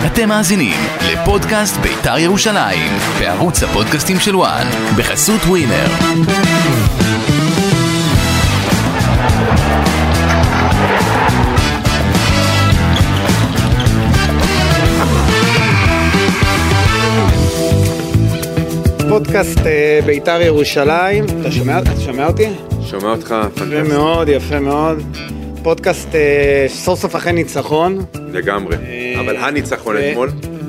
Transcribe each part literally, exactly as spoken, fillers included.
אתם מאזינים לפודקאסט בית"ר ירושלים, בערוץ הפודקאסטים של וואן, בחסות ווינר. פודקאסט בית"ר ירושלים, אתה שומע, אתה שומע אותי? שומע אותך, פנטסטי. יפה מאוד, יפה מאוד. פודקאסט סוף סוף אחרי ניצחון. לגמרי, אבל הניצחון אתמול,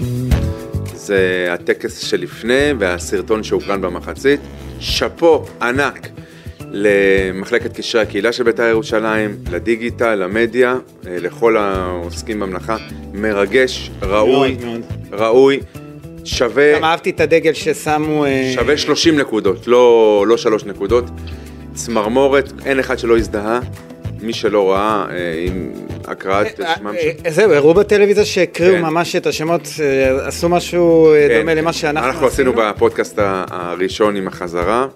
זה הטקס שלפני והסרטון שהוקרן במחצית. שפו ענק למחלקת קשרי הקהילה של בית"ר ירושלים, לדיגיטל, למדיה, לכל העוסקים במלאכה. מרגש, ראוי, ראוי. שווה... גם אהבתי את הדגל ששמו... שווה שלושים נקודות, לא, לא שלוש נקודות. צמרמורת, אין אחד שלא הזדהה. מי שלא ראה, עם הקראת שמם שם. זהו, הראו בטלוויזיה שהקריאו ממש את השמות, עשו משהו דומה למה שאנחנו עשינו. אנחנו עשינו בפודקאסט הראשון עם החזרה.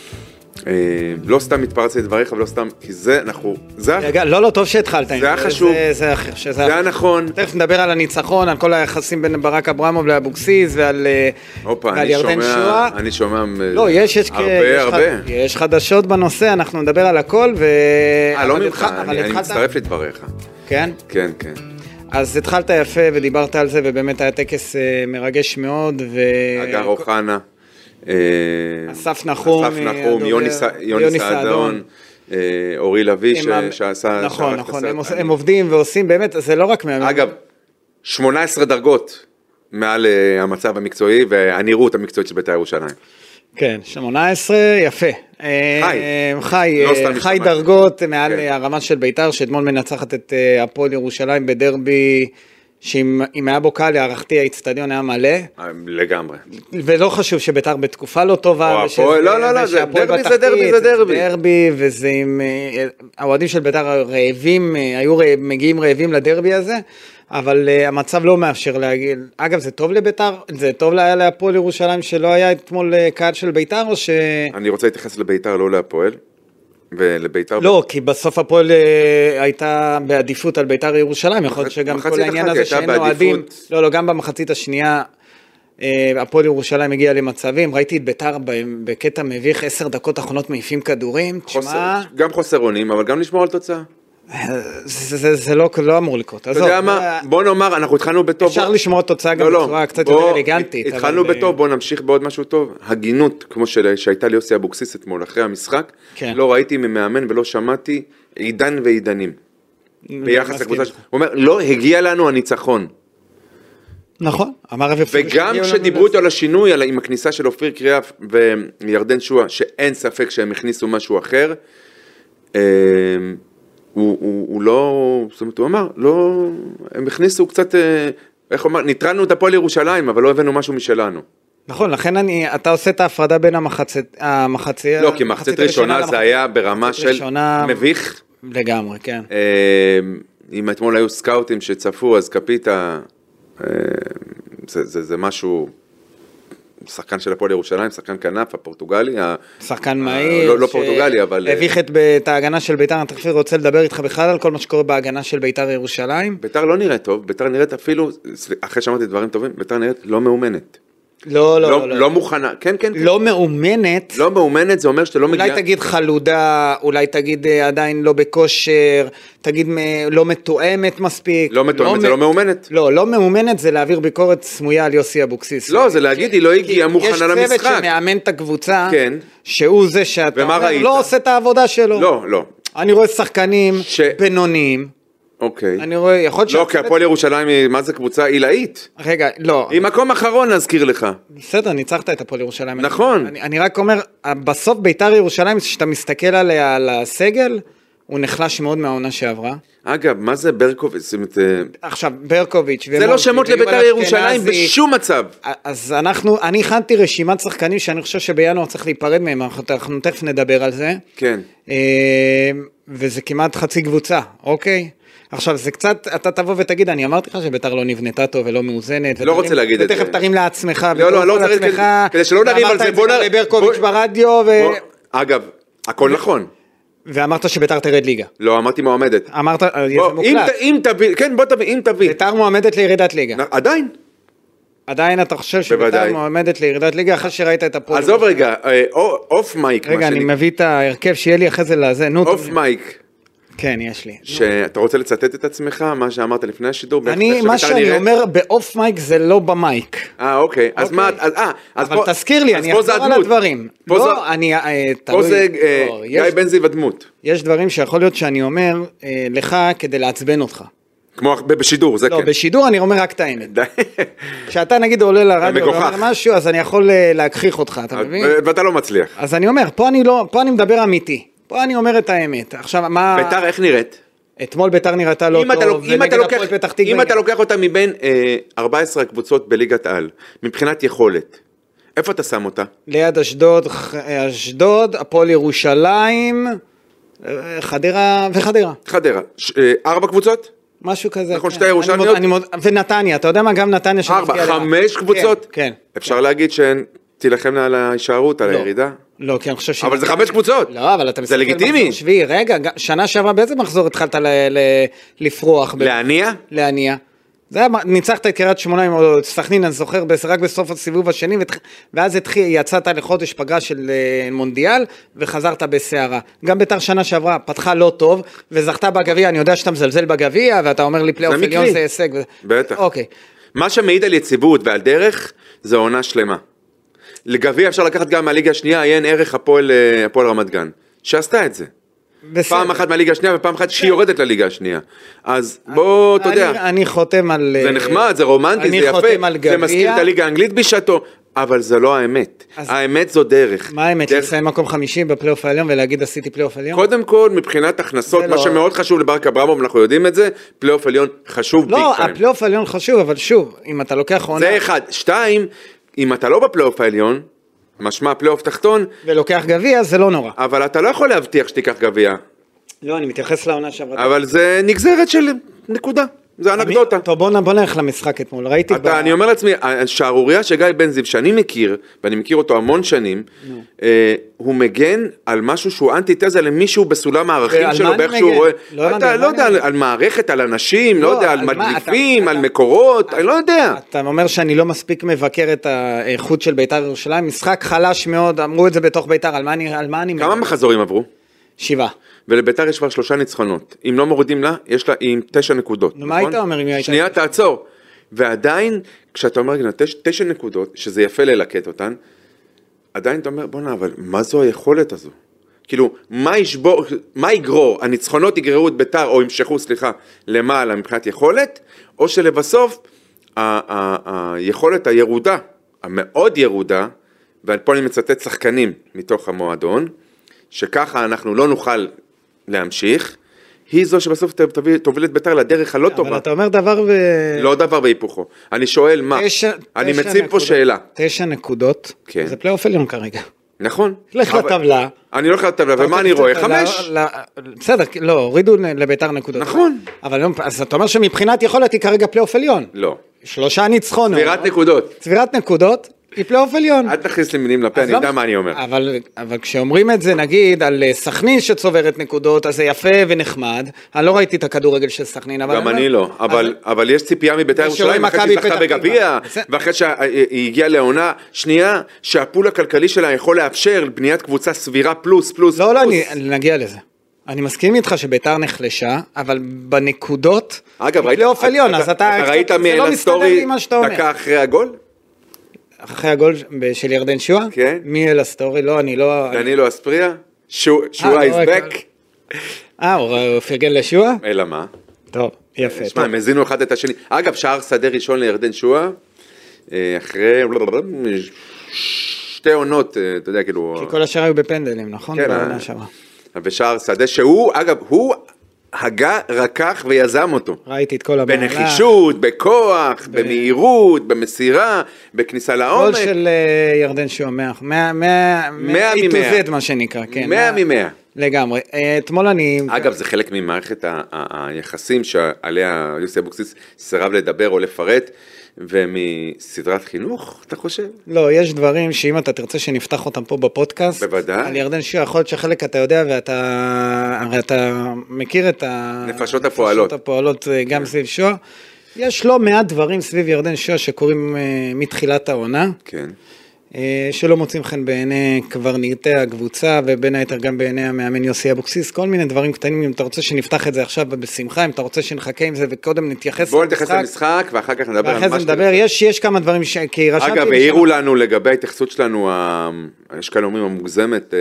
לא סתם מתפרץ לדבריך, ולא סתם, כי זה, אנחנו... לא, לא, טוב שהתחלת. זה היה חשוב. זה היה נכון. תכף נדבר על הניצחון, על כל היחסים בין ברק אברמוב לאבוקסיס, ועל ירדן שואה. אני שומע הרבה, הרבה. יש חדשות בנושא, אנחנו נדבר על הכל, ו... אה, לא ממך, אני מצטרף לדבריך. כן? כן, כן. אז התחלת יפה ודיברת על זה, ובאמת היה טקס מרגש מאוד, ו... אגר אוחנה. אסף נחום, אסף נחום, יוני סעדון, אורי לוי שעשה... נכון, נכון, הם עובדים ועושים, באמת, זה לא רק... אגב, שמונה עשרה דרגות מעל המצב המקצועי והנראות המקצועית של בית"ר ירושלים. כן, שמונה עשרה, יפה. חי. חי, חי דרגות מעל הרמה של בית"ר, שאתמול מנצחת את הפועל ירושלים בדרבי... שאם היה בו קל, הערכתי האצטדיון היה מלא. לגמרי. ולא חשוב שבית"ר בתקופה לא טובה. לא, לא, לא, זה דרבי, זה דרבי, זה דרבי. דרבי, וזה עם... האוהדים של בית"ר רעבים, היו מגיעים רעבים לדרבי הזה, אבל המצב לא מאפשר להגיד. אגב, זה טוב לבית"ר? זה טוב היה להפועל ירושלים שלא היה אתמול קהל של בית"ר, או ש... אני רוצה להתייחס לבית"ר, לא להפועל. ולביתר... לא, כי בסוף הפועל הייתה בעדיפות על ביתר ירושלים, יכול להיות שגם כל העניין הזה שאין אוהדים, לא, לא, גם במחצית השנייה, הפועל ירושלים הגיע למצבים, ראיתי את ביתר בקטע מביך, עשר דקות אחרונות מעיפים כדורים, תשמע... גם חוסר אונים, אבל גם לשמור על תוצאה. זה לא אמור לקרות. אתה יודע מה, בוא נאמר, אנחנו התחלנו בטוב. אפשר לשמור תוצאה גם בצורה קצת יותר אלגנטית. התחלנו בטוב, בוא נמשיך בעוד משהו טוב. הגינות, כמו שהייתה ליוסי אבוקסיס אתמול, אחרי המשחק, לא ראיתי ממאמן ולא שמעתי עידן ועידנים. ביחס לקבוצה. הוא אומר, לא הגיע לנו הניצחון. נכון. וגם כשדיברו איתו על השינוי, עם הכניסה של אופיר קריאף וירדן שואה, שאין ספק שהם הכניסו משהו אחר, הוא, הוא, הוא לא, זאת אומרת, הוא אמר, לא, הם הכניסו קצת, איך אומר, ניטרלנו את הפועל ירושלים, אבל לא הבאנו משהו משלנו. נכון, לכן אני, אתה עושה את ההפרדה בין המחצית, המחצית, לא, כי מחצית ראשונה זה היה ברמה של מביך. לגמרי, כן. אם אתמול היו סקאוטים שצפו, אז קפיטה, זה, זה, זה משהו... שחקן של הפועל ירושלים, שחקן כנף, הפורטוגלי, שחקן מהיר, לא, לא פורטוגלי, אבל... הביך את ההגנה של בית"ר, אני תכף רוצה לדבר איתך בכלל על כל מה שקורה בהגנה של בית"ר ירושלים. בית"ר לא נראית טוב, בית"ר נראית אפילו, אחרי שאמרתי דברים טובים, בית"ר נראית לא מאומנת. לא, לא, לא, לא. לא מוכנה, כן, כן. לא מאומנת. לא מאומנת, זה אומר שאתה לא מגיע... אולי תגיד חלודה, אולי תגיד עדיין לא בכושר, תגיד לא מתואמת מספיק. לא מתואמת, לא זה מ... לא מאומנת. לא, לא מאומנת זה להעביר ביקורת סמויה על יוסי אבוקסיס. לא, זה להגיד, היא לא הגיעה מוכנה למשחק. יש צוות שמאמן את הקבוצה, כן. שהוא זה שאתה אומר, לא עושה את העבודה שלו. לא, לא. אני רואה שחקנים ש... בינוניים. אוקיי. אני רואה, יכול להיות... לא, כי הפועל ירושלים, מה זה קבוצה עילאית? רגע, לא. היא מקום אחרון, נזכיר לך. בסדר, ניצחת את הפועל ירושלים. נכון. אני, אני רק אומר, בסוף בית"ר ירושלים, כשאתה מסתכל עליה, על הסגל, הוא נחלש מאוד מהעונה שעברה. אגב, מה זה ברקוביץ'? עכשיו, ברקוביץ' זה לא שמות לבית"ר ירושלים בשום מצב. אז אנחנו, אני הכנתי רשימת שחקנים שאני חושב שבינואר צריך להיפרד מהם, אנחנו תכף נדבר על זה. כן. וזה כמעט חצי קבוצה, אוקיי? עכשיו, זה קצת, אתה תבוא ותגיד, אני אמרתי לך שבית"ר לא נבנתה טוב ולא מאוזנת. לא רוצה להגיד את זה. ותכף תרים לעצמך. לא, לא, לא רוצה להגיד, כדי שלא נרים על זה, בוא נ... ברקוביץ' ברדיו ו... אגב, הכל נכון. ואמרת שביתר תרד ליגה. לא, אמרתי מועמדת. אמרת, זה מוקלט. אם תביא, כן, בוא תביא, אם תביא. ביתר מועמדת לירידת ליגה. עדיין. עדיין אתה חושב שביתר מועמדת לירידת ליגה אחרי שראית את הפועל. עזוב רגע, אוף מייק. רגע, אני מביא את ההרכב שיהיה לי אחרי זה לזה. אוף מייק. כן, יש לי. שאתה רוצה לצטט את עצמך, מה שאמרת לפני השידור? אני, מה שאני אומר באוף מייק זה לא במייק. אה, אוקיי. אז מה, אז אה, אבל תזכיר לי, אני אחזור על הדברים. לא, אני, פה זה גיא בן זיו הדמות. יש דברים שיכול להיות שאני אומר לך כדי לעצבן אותך. כמו בשידור, זה כן. לא, בשידור אני אומר רק את האמת. כשאתה נגיד עולה לרדיו ואומר משהו, אז אני יכול להכחיך אותך, אתה מבין? ואתה לא מצליח. אז אני אומר, פה אני לא, פה אני מדבר אמיתי. פה אני אומר את האמת. עכשיו, מה... ביתר איך נראית? אתמול ביתר נראתה לא טוב, ונגד הפועל פתח תקווה. אם אתה לוקח אותה מבין ארבע עשרה הקבוצות בליגת העל, מבחינת יכולת, איפה אתה שם אותה? ליד אשדוד, אשדוד, הפועל ירושלים, חדרה וחדרה. חדרה. ארבע קבוצות? משהו כזה. נכון, שתי ירושלמיות? ונתניה, אתה יודע מה? גם נתניה ארבע, חמש קבוצות? כן. אפשר להגיד שהן תילחמנה על ההישארות, על הירידה? לא, כי אני חושב ש... אבל זה חמש קבוצות. לא, אבל אתה זה לגיטימי. שביעי, רגע, שנה שעברה באיזה מחזור התחלת לפרוח? להניע? להניע. זה היה, ניצחת את קריית שמונה עם סכנין, אני זוכר, רק בסוף הסיבוב השני, ואז יצאת לחודש פגרה של מונדיאל, וחזרת בסערה. גם ביתר שנה שעברה פתחה לא טוב, וזכתה בגביע, אני יודע שאתה מזלזל בגביע, ואתה אומר לי פלייאוף עליון זה הישג. בטח. אוקיי. מה שמעיד על יציבות ועל דרך, זה עונה שלמה. לגביע אפשר לקחת גם מהליגה השנייה, עיין ערך הפועל, הפועל רמת גן, שעשתה את זה. בסדר. פעם אחת מהליגה השנייה ופעם אחת שהיא יורדת לליגה השנייה. אז בוא, אתה יודע. אני חותם על... זה נחמד, זה רומנטי, זה יפה, זה מזכיר את הליגה האנגלית בשעתו, אבל זה לא האמת. האמת זו דרך. מה האמת? לסיים מקום חמישי בפלייאוף העליון ולהגיד עשיתי פלייאוף עליון? קודם כל, מבחינת הכנסות, מה שמאוד חשוב לברק אברמוב, אנחנו יודעים את זה, פלייאוף עליון חשוב ביג טיים. לא, הפלייאוף העליון חשוב, אבל שוב, אם אתה לוקח עונה... זה אחד. שתיים, אם אתה לא בפלייאוף העליון, משמע פלייאוף תחתון, ולוקח גביע, זה לא נורא. אבל אתה לא יכול להבטיח שתיקח גביע. לא, אני מתייחס לעונה שעברה. אבל זה נגזרת של נקודה, זה אנקדוטה. טוב, בוא נלך למשחק אתמול, ראיתי... אתה, אני אומר לעצמי, השערוריה שגיא בן זיו, שאני מכיר, ואני מכיר אותו המון שנים, הוא מגן על משהו שהוא אנטיתזה למישהו בסולם הערכים שלו, באיך שהוא רואה, אתה לא יודע, על מערכת, על אנשים, לא יודע, על מדליפים, על מקורות, אני לא יודע. אתה אומר שאני לא מספיק מבקר את האיכות של ביתר ירושלים, משחק חלש מאוד, אמרו את זה בתוך ביתר, על מה אני... כמה מחזורים עברו? שבעה. ולביתר יש כבר שלושה ניצחונות. אם לא מורידים לה, יש לה עם תשע נקודות. נו, מה היית אומר אם היא הייתה? שנייה, תעצור. ועדיין, כשאתה אומר, תשע נקודות, שזה יפה ללקט אותן, עדיין אתה אומר, בוא נה, אבל מה זו היכולת הזו? כאילו, מה ישבור, מה יגרור? הניצחונות יגררו את ביתר, או ימשכו, סליחה, למעלה מבחינת יכולת, או שלבסוף, היכולת הירודה, המאוד ירודה, ופה אני מצטט שחקנים מתוך המועדון, שככה אנחנו לא נוכל להמשיך, היא זו שבסוף תוביל את ביתר לדרך הלא טובה. אבל אתה אומר דבר ו... לא דבר בהיפוכו. אני שואל מה? תשע, אני תשע מציב נקודות, פה שאלה. תשע נקודות, כן. זה פלייאוף עליון כרגע. נכון. לך לטבלה. אני הולך לטבלה, ומה אני רואה? חמש? לא, בסדר, לא, הורידו לביתר נקודות. נכון. אבל אז אתה אומר שמבחינת יכולת היא כרגע פלייאוף עליון. לא. שלושה ניצחונות. צבירת נקודות. צבירת נקודות. היא פלייאוף עליון. אל תכניס לי מילים לפה, אני יודע מה אני אומר. אבל, אבל כשאומרים את זה, נגיד, על סכנין שצוברת נקודות, אז זה יפה ונחמד. אני לא ראיתי את הכדורגל של סכנין, אבל... גם אני לא, אבל, אבל יש ציפייה מביתר ירושלים, אחרי שהיא זכתה בגביע, ואחרי שהיא הגיעה לעונה שנייה, שהפול הכלכלי שלה יכול לאפשר בניית קבוצה סבירה פלוס, פלוס, לא, פלוס. לא, אני, אני נגיע לזה. אני מסכים איתך שביתר נחלשה, אבל בנקודות, אגב, ראית, פלייאוף עליון, אז אתה... ראית מהסטורי דקה אחרי הגול? אחרי הגול של ירדן שואה? כן. מי אל הסטורי? לא, אני לא... דנילו אספריה? שואה is back? אה, הוא פרגן לשואה? אלא מה? טוב, יפה. שמע, הם הזינו אחד את השני. אגב, שער שדה ראשון לירדן שואה, אחרי שתי עונות, אתה יודע, כאילו... כי כל השאר היו בפנדלים, נכון? כן. בעונה שעברה. ושער שדה שהוא, אגב, הוא... הגה רקח ויזם אותו. ראיתי את כל המעלה. בנחישות, בכוח, ב... במהירות, במסירה, בכניסה לעומק. גול של ירדן שואה, מאה, מאה, מאה, מאה, מה שנקרא, כן. מאה ממאה. לגמרי. אתמול אני... אגב, זה חלק ממערכת היחסים שעליה יוסי אבוקסיס סירב לדבר או לפרט, ומסדרת חינוך, אתה חושב? לא, יש דברים שאם אתה תרצה שנפתח אותם פה בפודקאסט, בוודאי. על ירדן שיר, יכול להיות שחלק אתה יודע, ואתה הרי אתה מכיר את ה... נפשות הפועלות. נפשות הפועלות גם סביב שואה. יש לא מעט דברים סביב ירדן שואה שקורים מתחילת העונה. כן. שלא מוצאים חן בעיני קברניטי הקבוצה, ובין היתר גם בעיני המאמן יוסי אבוקסיס, כל מיני דברים קטנים, אם אתה רוצה שנפתח את זה עכשיו בשמחה, אם אתה רוצה שנחכה עם זה וקודם נתייחס בואו נתייחס למשחק, ואחר כך נדבר על מה שאתה נדבר, יש, יש כמה דברים ש... כי רשמתי... אגב, העירו לנו לגבי ההתייחסות שלנו, יש כאלה אומרים המוגזמת,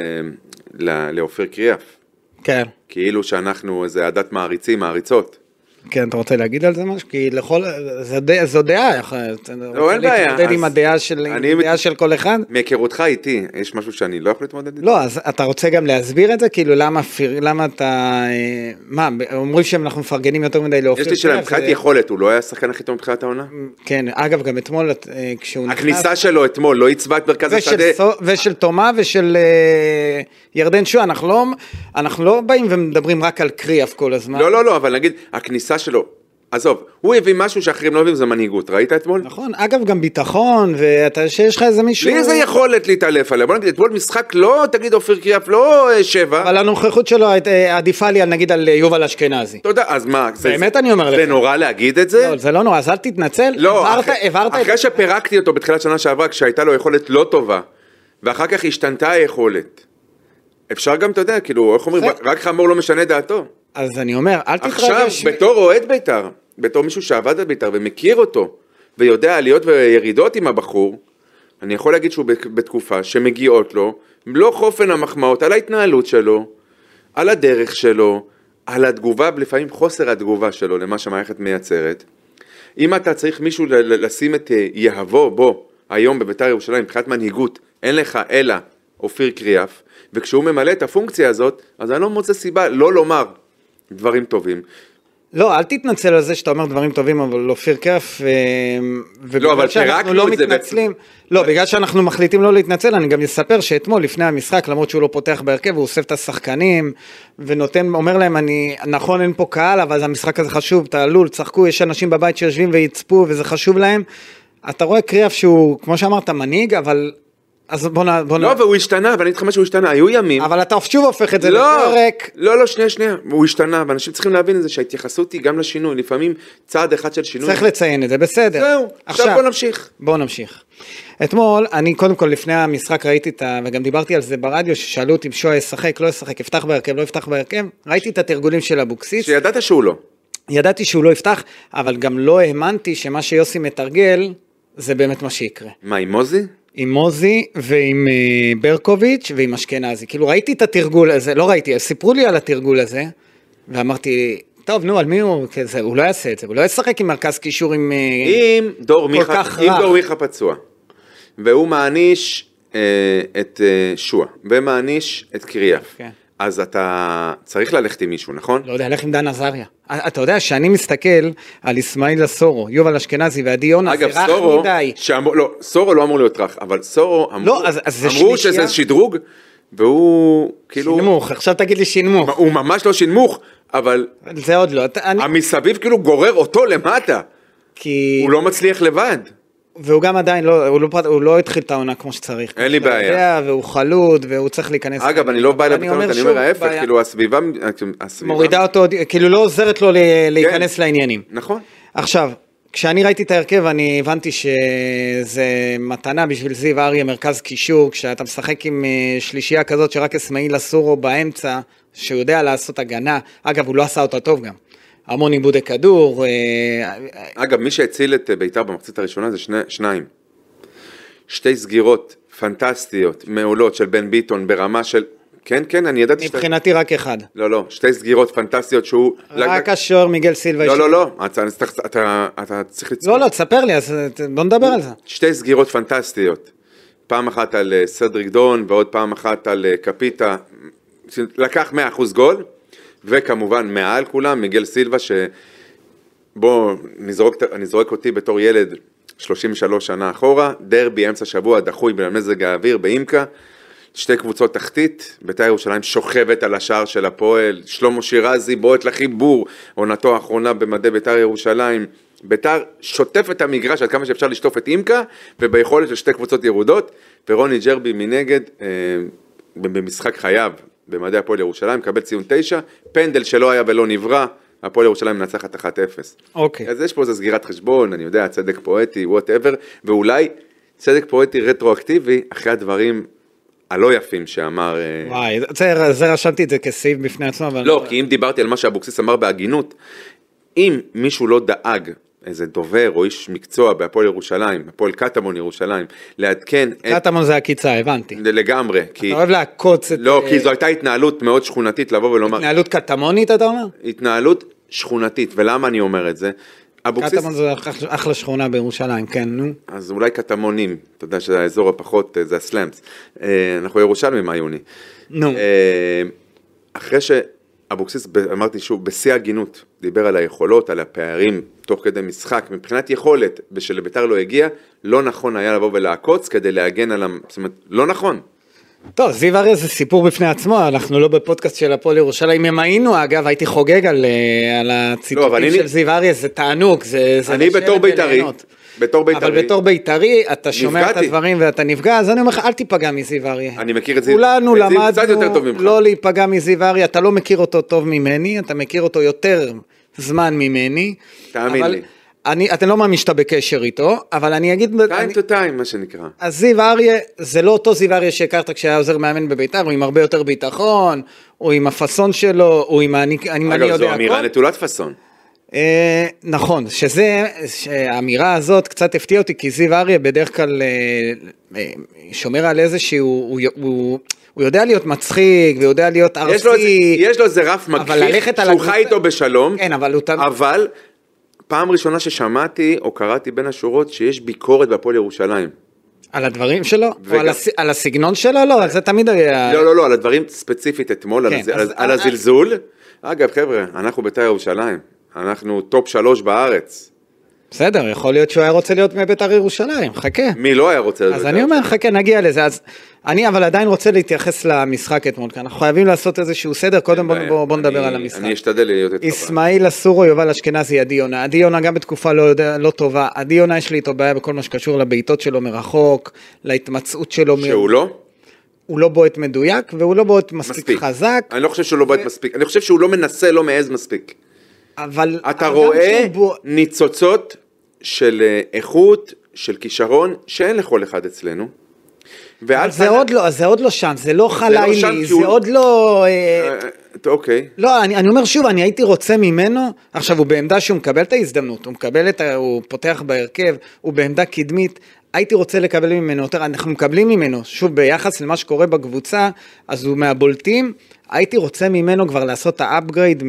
לאופיר קריאף. כן. כאילו שאנחנו איזה עדת מעריצים, מעריצות. כן, אתה רוצה להגיד על זה משהו? כי לכל, זו דעה, לא, אין בעיה. להתמודד עם הדעה של, הדעה של כל אחד? מהיכרותך איתי, יש משהו שאני לא יכול להתמודד איתו? לא, אז אתה רוצה גם להסביר את זה? כאילו, למה, למה אתה, מה, אומרים שאנחנו מפרגנים יותר מדי לאופיר? יש לי שאלה, מבחינת יכולת, הוא לא היה השחקן הכי טוב מבחינת העונה? כן, אגב, גם אתמול, כשהוא נכנס... הכניסה שלו אתמול, לא הצבע את מרכז השדה. ושל תומה ושל ירדן שואה, אנחנו לא באים ומדברים רק על קריאף כל הזמן. לא, לא, לא, אבל נגיד, הכניסה שלו, עזוב, הוא הביא משהו שאחרים לא הביאים, זה מנהיגות, ראית אתמול? נכון, אגב גם ביטחון, ואתה שיש לך איזה מישהו... לי איזה יכולת להתעלף עליה, בוא נגיד, אתמול משחק לא, תגיד אופיר קריאף, לא שבע. אבל הנוכחות שלו עדיפה לי, נגיד, על יובל אשכנזי. תודה, אז מה? באמת אני אומר לך. זה נורא להגיד את זה? לא, זה לא נורא, אז אל תתנצל. לא, אחרי שפירקתי אותו בתחילת שנה שעברה, כשהייתה לו יכולת לא טובה, ואחר כך השתנתה היכולת. אפשר גם, אתה יודע, כאילו, איך אומרים, רק חמור לא משנה דעתו. אז אני אומר, אל תתרגש. עכשיו, בתור אוהד בית"ר, בתור מישהו שעבד על בית"ר ומכיר אותו, ויודע עליות וירידות עם הבחור, אני יכול להגיד שהוא בתקופה שמגיעות לו, לא חופן המחמאות, על ההתנהלות שלו, על הדרך שלו, על התגובה, לפעמים חוסר התגובה שלו, למה שהמערכת מייצרת. אם אתה צריך מישהו לשים את יהבו בו, היום בבית"ר ירושלים, מבחינת מנהיגות, אין לך אלא אופיר קריאף, וכשהוא ממלא את הפונקציה הזאת, אז אני לא מוצא סיבה לא לומר דברים טובים. לא, אל תתנצל על זה שאתה אומר דברים טובים, אבל אופיר קריאף, לא, אבל שאנחנו לא מתנצלים, לא, בגלל שאנחנו מחליטים לא להתנצל, אני גם אספר שאתמול לפני המשחק, למרות שהוא לא פותח בהרכב, הוא אוסף את השחקנים, ונותן, אומר להם, אני, נכון, אין פה קהל, אבל המשחק הזה חשוב, תעלו, צחקו, יש אנשים בבית שיושבים ויצפו, וזה חשוב להם. אתה רואה קריאף שהוא, כמו שאמרת, מנהיג, אבל אז בוא נ... בוא לא, נ... והוא השתנה, ואני אתך מה שהוא השתנה, היו ימים. אבל אתה שוב הופך את זה לא, לפרק. לא, לא, שנייה, שנייה, הוא השתנה, ואנשים צריכים להבין את זה, שההתייחסות היא גם לשינוי, לפעמים צעד אחד של שינוי. צריך לציין את זה, בסדר. זהו, עכשיו, עכשיו בוא נמשיך. בוא נמשיך. אתמול, אני קודם כל לפני המשחק ראיתי את ה... וגם דיברתי על זה ברדיו, ששאלו אותי אם שואה ישחק, לא ישחק, יפתח בהרכב, לא יפתח בהרכב. ראיתי את התרגולים של אבוקסיס. שידעת שהוא לא. ידעתי שהוא לא יפתח, אבל גם לא האמנתי שמה שיוסי מתרגל, זה באמת מה שיקרה. מה, עם מוזי? עם מוזי ועם uh, ברקוביץ' ועם אשכנזי. כאילו ראיתי את התרגול הזה, לא ראיתי, סיפרו לי על התרגול הזה, ואמרתי, טוב, נו, על מי הוא, כזה, הוא לא יעשה את זה, הוא לא ישחק עם מרכז קישור עם אם דור מיכה, אם דור מיכה פצוע, והוא מעניש אה, את אה, שואה, ומעניש את קריאף. כן. אז אתה צריך ללכת עם מישהו, נכון? לא יודע, הלך עם דן עזריה. אתה יודע שאני מסתכל על אסמאעיל סורו, יובל אשכנזי ועדי יונה, אגב, סורו, שאמור, לא, סורו לא אמור להיות רך, אבל סורו אמרו, לא, אז, אז אמרו שזה שדרוג, והוא כאילו... שינמוך, עכשיו תגיד לי שינמוך. הוא ממש לא שינמוך, אבל... זה עוד לא. אני... המסביב כאילו גורר אותו למטה. כי... הוא לא מצליח לבד. והוא גם עדיין לא, הוא לא, הוא לא התחיל את העונה כמו שצריך. אין לי בעיה. יודע, והוא חלוד, והוא צריך להיכנס. אגב, אני לא בא לבטנות, אני אומר ההפך, כאילו הסביבה, מורידה אותו, כאילו לא עוזרת לו להיכנס לעניינים. נכון. עכשיו, כשאני ראיתי את ההרכב, אני הבנתי שזה מתנה בשביל זיו אריה, מרכז קישור, כשאתה משחק עם שלישייה כזאת, שרק אסמאעיל סורו באמצע, שהוא יודע לעשות הגנה, אגב, הוא לא עשה אותה טוב גם. המון עיבודי כדור. אגב, מי שהציל את בית"ר במחצית הראשונה זה שני, שניים. שתי סגירות פנטסטיות, מעולות של בן ביטון ברמה של... כן, כן, אני ידעתי... מבחינתי רק אחד. לא, לא, שתי סגירות פנטסטיות שהוא... רק השוער מיגל סילבה. לא, לא, לא, אתה, אתה, אתה צריך לצפות. לא, לא, תספר לי, אז בוא נדבר על זה. שתי סגירות פנטסטיות. פעם אחת על סדריק דון, ועוד פעם אחת על קפיטה. לקח מאה אחוז גול. וכמובן מעל כולם, מיגל סילבה, שבוא נזרוק, נזרוק אותי בתור ילד שלושים ושלוש שנה אחורה, דרבי אמצע שבוע דחוי במזג האוויר באימקה, שתי קבוצות תחתית, בית"ר ירושלים שוכבת על השער של הפועל, שלמה שירזי בועט לחיבור, עונתו האחרונה במדי בית"ר ירושלים, בית"ר שוטף את המגרש עד כמה שאפשר לשטוף את אימקה, וביכולת של שתי קבוצות ירודות, ורוני ג'רבי מנגד, אה, במשחק חייו, במדי הפועל ירושלים, מקבל ציון תשע, פנדל שלא היה ולא נברא, הפועל ירושלים מנצחת אחת אפס. אוקיי. אז יש פה איזו סגירת חשבון, אני יודע, צדק פואטי, whatever, ואולי צדק פואטי רטרואקטיבי, אחרי הדברים הלא יפים שאמר... וואי, זה, זה רשמתי את זה כסעיף בפני עצמו, אבל... לא, כי אם דיברתי על מה שאבוקסיס אמר בהגינות, אם מישהו לא דאג, איזה דובר או איש מקצוע בהפועל ירושלים, הפועל קטמון ירושלים, לעדכן את... קטמון זה הקיצה, הבנתי. לגמרי, כי... אתה אוהב לעקוץ את... לא, כי זו הייתה התנהלות מאוד שכונתית לבוא ולומר... התנהלות קטמונית, אתה אומר? התנהלות שכונתית, ולמה אני אומר את זה? קטמון זה אחלה שכונה בירושלים, כן, נו. אז אולי קטמונים, אתה יודע שזה האזור הפחות, זה הסלאמס. אנחנו ירושלמים מהיוני. נו. אחרי שאבוקסיס, אמרתי שוב, בשיא הגינות, דיבר על היכולות, על הפערים, תוך כדי משחק, מבחינת יכולת, ושלבית"ר לא הגיע, לא נכון היה לבוא ולעקוץ, כדי להגן על... זאת אומרת, לא נכון. טוב, זיו אריה זה סיפור בפני עצמו, אנחנו לא בפודקאסט של הפועל ירושלים, אם היינו, אגב, הייתי חוגג על, על הציטוטים לא, של אני... זיו אריה, זה תענוג, זה, זה אני בתור בית"רי, בתור בית"רי. אבל בתור בית"רי, אתה שומע נפגעתי. את הדברים ואתה נפגע, אז אני אומר לך, אל תיפגע מזיו אריה. אני מכיר את זיו, כולנו למדנו לא להיפגע מזיו אריה, אתה לא מכיר אותו טוב ממני, אתה מכיר אותו יותר זמן ממני. תאמין אבל... לי. אני, אתם לא מאמין שאתה בקשר איתו, אבל אני אגיד... time to time, מה שנקרא. אז זיו אריה, זה לא אותו זיו אריה שהכרת כשהיה עוזר מאמן בבית"ר, הוא עם הרבה יותר ביטחון, הוא עם הפסון שלו, הוא עם אני, אני אגב, זו אמירה נטולת פסון. אה, נכון, שזה, שהאמירה הזאת קצת הפתיע אותי, כי זיו אריה בדרך כלל אה, שומר על איזה שהוא... הוא, הוא, הוא יודע להיות מצחיק, ויודע להיות ארסי. יש לו, יש לו איזה רף מגחיך, שהוא חי איתו בשלום, כן, אבל הוא... אבל... פעם ראשונה ששמעתי או קראתי בין השורות שיש ביקורת בהפועל ירושלים. על הדברים שלו? וגם... או על, הס... על הסגנון שלו? לא, על זה תמיד היה... לא, לא, לא, על הדברים ספציפית אתמול, כן, על, אז... על הזלזול. אגב, חבר'ה, אנחנו בית"ר ירושלים, אנחנו טופ שלוש בארץ. בסדר, יכול להיות שהוא היה רוצה להיות מבית"ר ירושלים, חכה. מי לא היה רוצה להיות? אז אני אומר, חכה, נגיע לזה. אז אני אבל עדיין רוצה להתייחס למשחק אתמול, כי אנחנו חייבים לעשות איזשהו סדר, קודם בוא, בוא, בוא נדבר על המשחק. אני אשתדל להיות את אסמאעיל אסורו, יובל אשכנזי, עדי יונה. עדי יונה גם בתקופה לא, לא טובה. עדי יונה יש לי איתו בעיה בכל מה שקשור לבעיטות שלו מרחוק, להתמצאות שלו. שהוא מ... לא? הוא לא בועט מדויק, והוא לא בועט מספיק, מספיק חזק. אני לא חושב שהוא לא בועט ו... מספיק. אני חושב שהוא לא מנסה, לא מעז מספיק. אבל... אתה רואה בו... ניצוצות של איכות, של כישרון, שאין לכל אחד אצלנו. זה עוד לא, זה עוד לא שם, זה לא חלילי, זה עוד לא... אוקיי. לא, אני אומר שוב, אני הייתי רוצה ממנו, עכשיו הוא בעמדה שהוא מקבל את ההזדמנות, הוא מקבל את, הוא פותח בהרכב, הוא בעמדה קדמית, הייתי רוצה לקבל ממנו יותר, אנחנו מקבלים ממנו, שוב ביחס למה שקורה בקבוצה, אז הוא מהבולטים, הייתי רוצה ממנו כבר לעשות את האפגרייד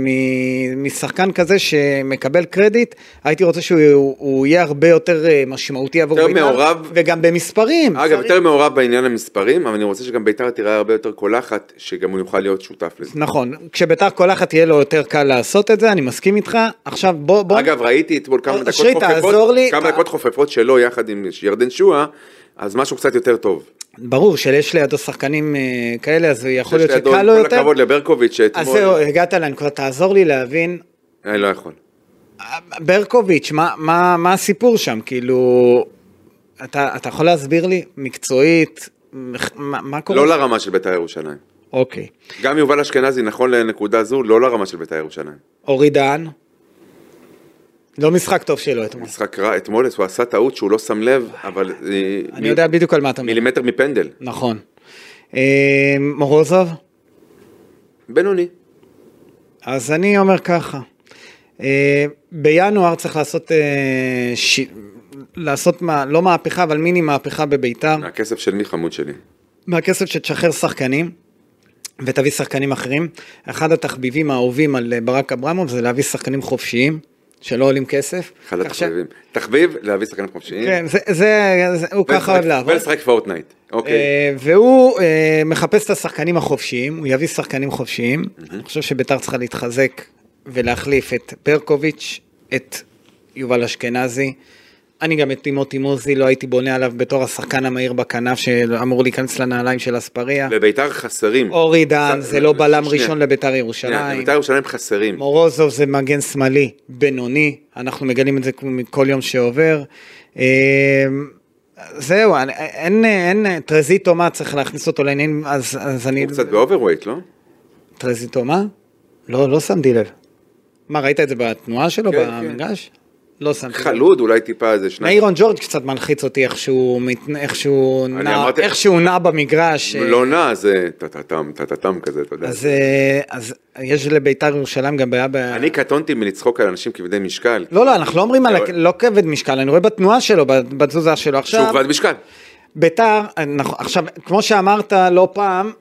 משחקן כזה שמקבל קרדיט, הייתי רוצה שהוא יהיה הרבה יותר משמעותי עבור בית"ר, וגם במספרים. אגב, יותר מעורב בעניין המספרים, אבל אני רוצה שגם בית"ר תראה הרבה יותר קולחת, שגם הוא יוכל להיות שותף לזה. נכון, כשבית"ר קולחת יהיה לו יותר קל לעשות את זה, אני מסכים איתך, עכשיו בוא... אגב, ראיתי אתמול כמה דקות חופפות, כמה דקות חופפות שלו יחד עם ירדן שואה, אז משהו קצת יותר טוב. ברור, שיש לידו שחקנים כאלה, אז יכול להיות שקל לו יותר. כל הכבוד לברקוביץ' שאתמול... אז זהו, הגעת לנקודה, תעזור לי להבין. אני לא יכול. ברקוביץ', מה, מה, מה הסיפור שם? כאילו, אתה, אתה יכול להסביר לי מקצועית, מה, מה קורה? לא לרמה של בית"ר ירושלים. אוקיי. גם יובל אשכנזי, נכון לנקודה זו, לא לרמה של בית"ר ירושלים. אורי דהן? לא משחק טוב שלו אתמול. משחק רע, אתמול הוא עשה טעות שהוא לא שם לב, אבל... אני יודע בדיוק על מה אתה אומר. מילימטר מפנדל. נכון. מורוזוב? בינוני. אז אני אומר ככה, בינואר צריך לעשות, לעשות לא מהפכה, אבל מיני מהפכה בביתר. מהכסף של מי חמוד שלי? מהכסף שתשחרר שחקנים, ותביא שחקנים אחרים. אחד התחביבים האהובים על ברק אברמוב זה להביא שחקנים חופשיים, שלא עולים כסף. אחד התחביבים. תחביב להביא שחקנים חופשיים. כן, זה, הוא ככה אוהב לעבוד. ולשחק פורטנייט. אוקיי. והוא מחפש את השחקנים החופשיים, הוא יביא שחקנים חופשיים. אני חושב שביתר צריכה להתחזק ולהחליף את ברקוביץ', את יובל אשכנזי. אני גם את מוטי מוזי לא הייתי בונה עליו בתור השחקן המהיר בכנף שאמור להיכנס לנעליים של אספריה. לביתר חסרים. אורי דן זה לא בלם ראשון לביתר ירושלים. לביתר ירושלים חסרים. מורוזוב זה מגן שמאלי בינוני, אנחנו מגלים את זה כל יום שעובר. זהו, אין, אין, טרזיטו מה צריך להכניס אותו לעניין, אז, אז אני... הוא קצת באוברווייט, לא? טרזיטו מה? לא, לא שמתי לב. מה, ראית את זה בתנועה שלו, כן, במגרש? כן. לא שמתי לב. חלוד, אולי טיפה איזה שניים. מאירון ג'ורג' קצת מלחיץ אותי איכשהו, איכשהו נע, אמרתי, איכשהו נע במגרש. לא נע, זה טטטם, טטטם כזה, אתה יודע. אז, אז יש לביתר ירושלים גם בעיה... אני קטונתי מלצחוק על אנשים כבדי משקל. לא, לא, אנחנו לא אומרים על, לא כבד משקל, אני רואה בתנועה שלו, בתזוזה שלו עכשיו. שהוא כבד משקל. ביתר, עכשיו, כמו שאמרת לא פעם,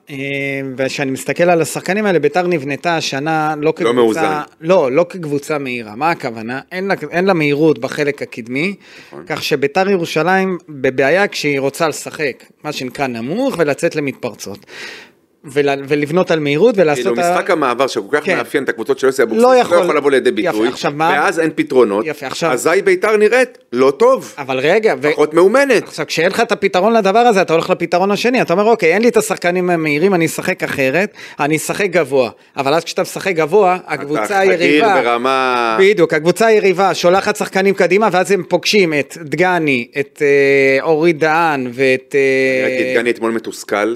ושאני מסתכל על השחקנים האלה, ביתר נבנתה השנה לא כקבוצה, לא מאוזן. לא, לא כקבוצה מהירה. מה הכוונה? אין לה, אין לה מהירות בחלק הקדמי, נכון. כך שביתר ירושלים בבעיה כשהיא רוצה לשחק, מה שנקרא נמוך, ולצאת למתפרצות. ולבנות על מהירות ולעשות... כאילו משחק המעבר שכל כך מאפיין את הקבוצות של יוסי אבוקסיס, לא יכול לבוא לידי ביטוי, ואז אין פתרונות, אזי ביתר נראית לא טוב, אבל רגע, פחות מאומנת. עכשיו כשאין לך את הפתרון לדבר הזה, אתה הולך לפתרון השני, אתה אומר אוקיי, אין לי את השחקנים המהירים, אני אשחק אחרת, אני אשחק גבוה, אבל אז כשאתה משחק גבוה, הקבוצה היריבה, בדיוק, הקבוצה היריבה שולחת שחקנים קדימה, ואז הם פוגשים את דגני, את אורי דהן, ואת... ראיתי את דגני אתמול מתוסכל.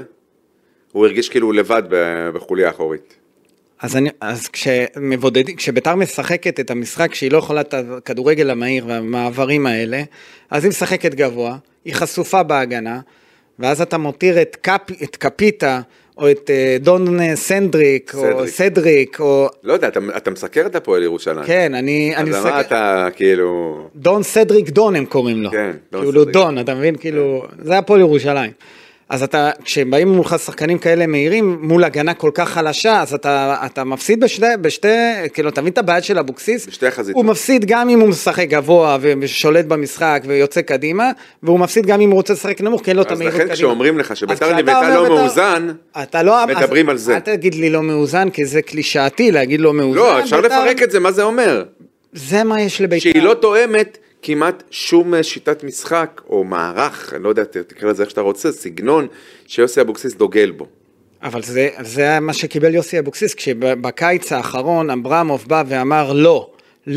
הוא הרגיש כאילו לבד בחוליה האחורית. אז, אני, אז כשמבודדים, כשביתר משחקת את המשחק שהיא לא יכולה את הכדורגל המהיר והמעברים האלה, אז היא משחקת גבוה, היא חשופה בהגנה, ואז אתה מותיר את, קפ, את קפיטה, או את דון סנדריק, סדריק. או סדריק, או... לא יודע, אתה, אתה מסקר את הפועל ירושלים. כן, אני... אז למה אתה כאילו... דון סדריק דון הם קוראים לו. כן, דון כאילו סדריק. דון, אתה מבין? כאילו, זה הפועל ירושלים. אז אתה, כשבאים מולך שחקנים כאלה מהירים, מול הגנה כל כך חלשה, אז אתה, אתה מפסיד בשתי, בשתי, כאילו, תבין את הבעיה של אבוקסיס, בשתי חזיתות. הוא מפסיד גם אם הוא משחק גבוה, ושולט במשחק, ויוצא קדימה, והוא מפסיד גם אם הוא רוצה לשחק נמוך, כי אין לו את המהירות קדימה. אז לכן כשאומרים לך שביתר נבנתה לא מאוזן, מדברים על זה. אל תגיד לי לא מאוזן, כי זה קלישאתי להגיד לא מאוזן. לא, אפשר לפרק את זה, מה זה אומר? זה מה יש לביתר. שהיא לא תואמת כמעט שום שיטת משחק או מערך, אני לא יודע, תקרא לזה איך שאתה רוצה, סגנון שיוסי אבוקסיס דוגל בו. אבל זה, זה מה שקיבל יוסי אבוקסיס, כשבקיץ האחרון אברמוב בא ואמר לא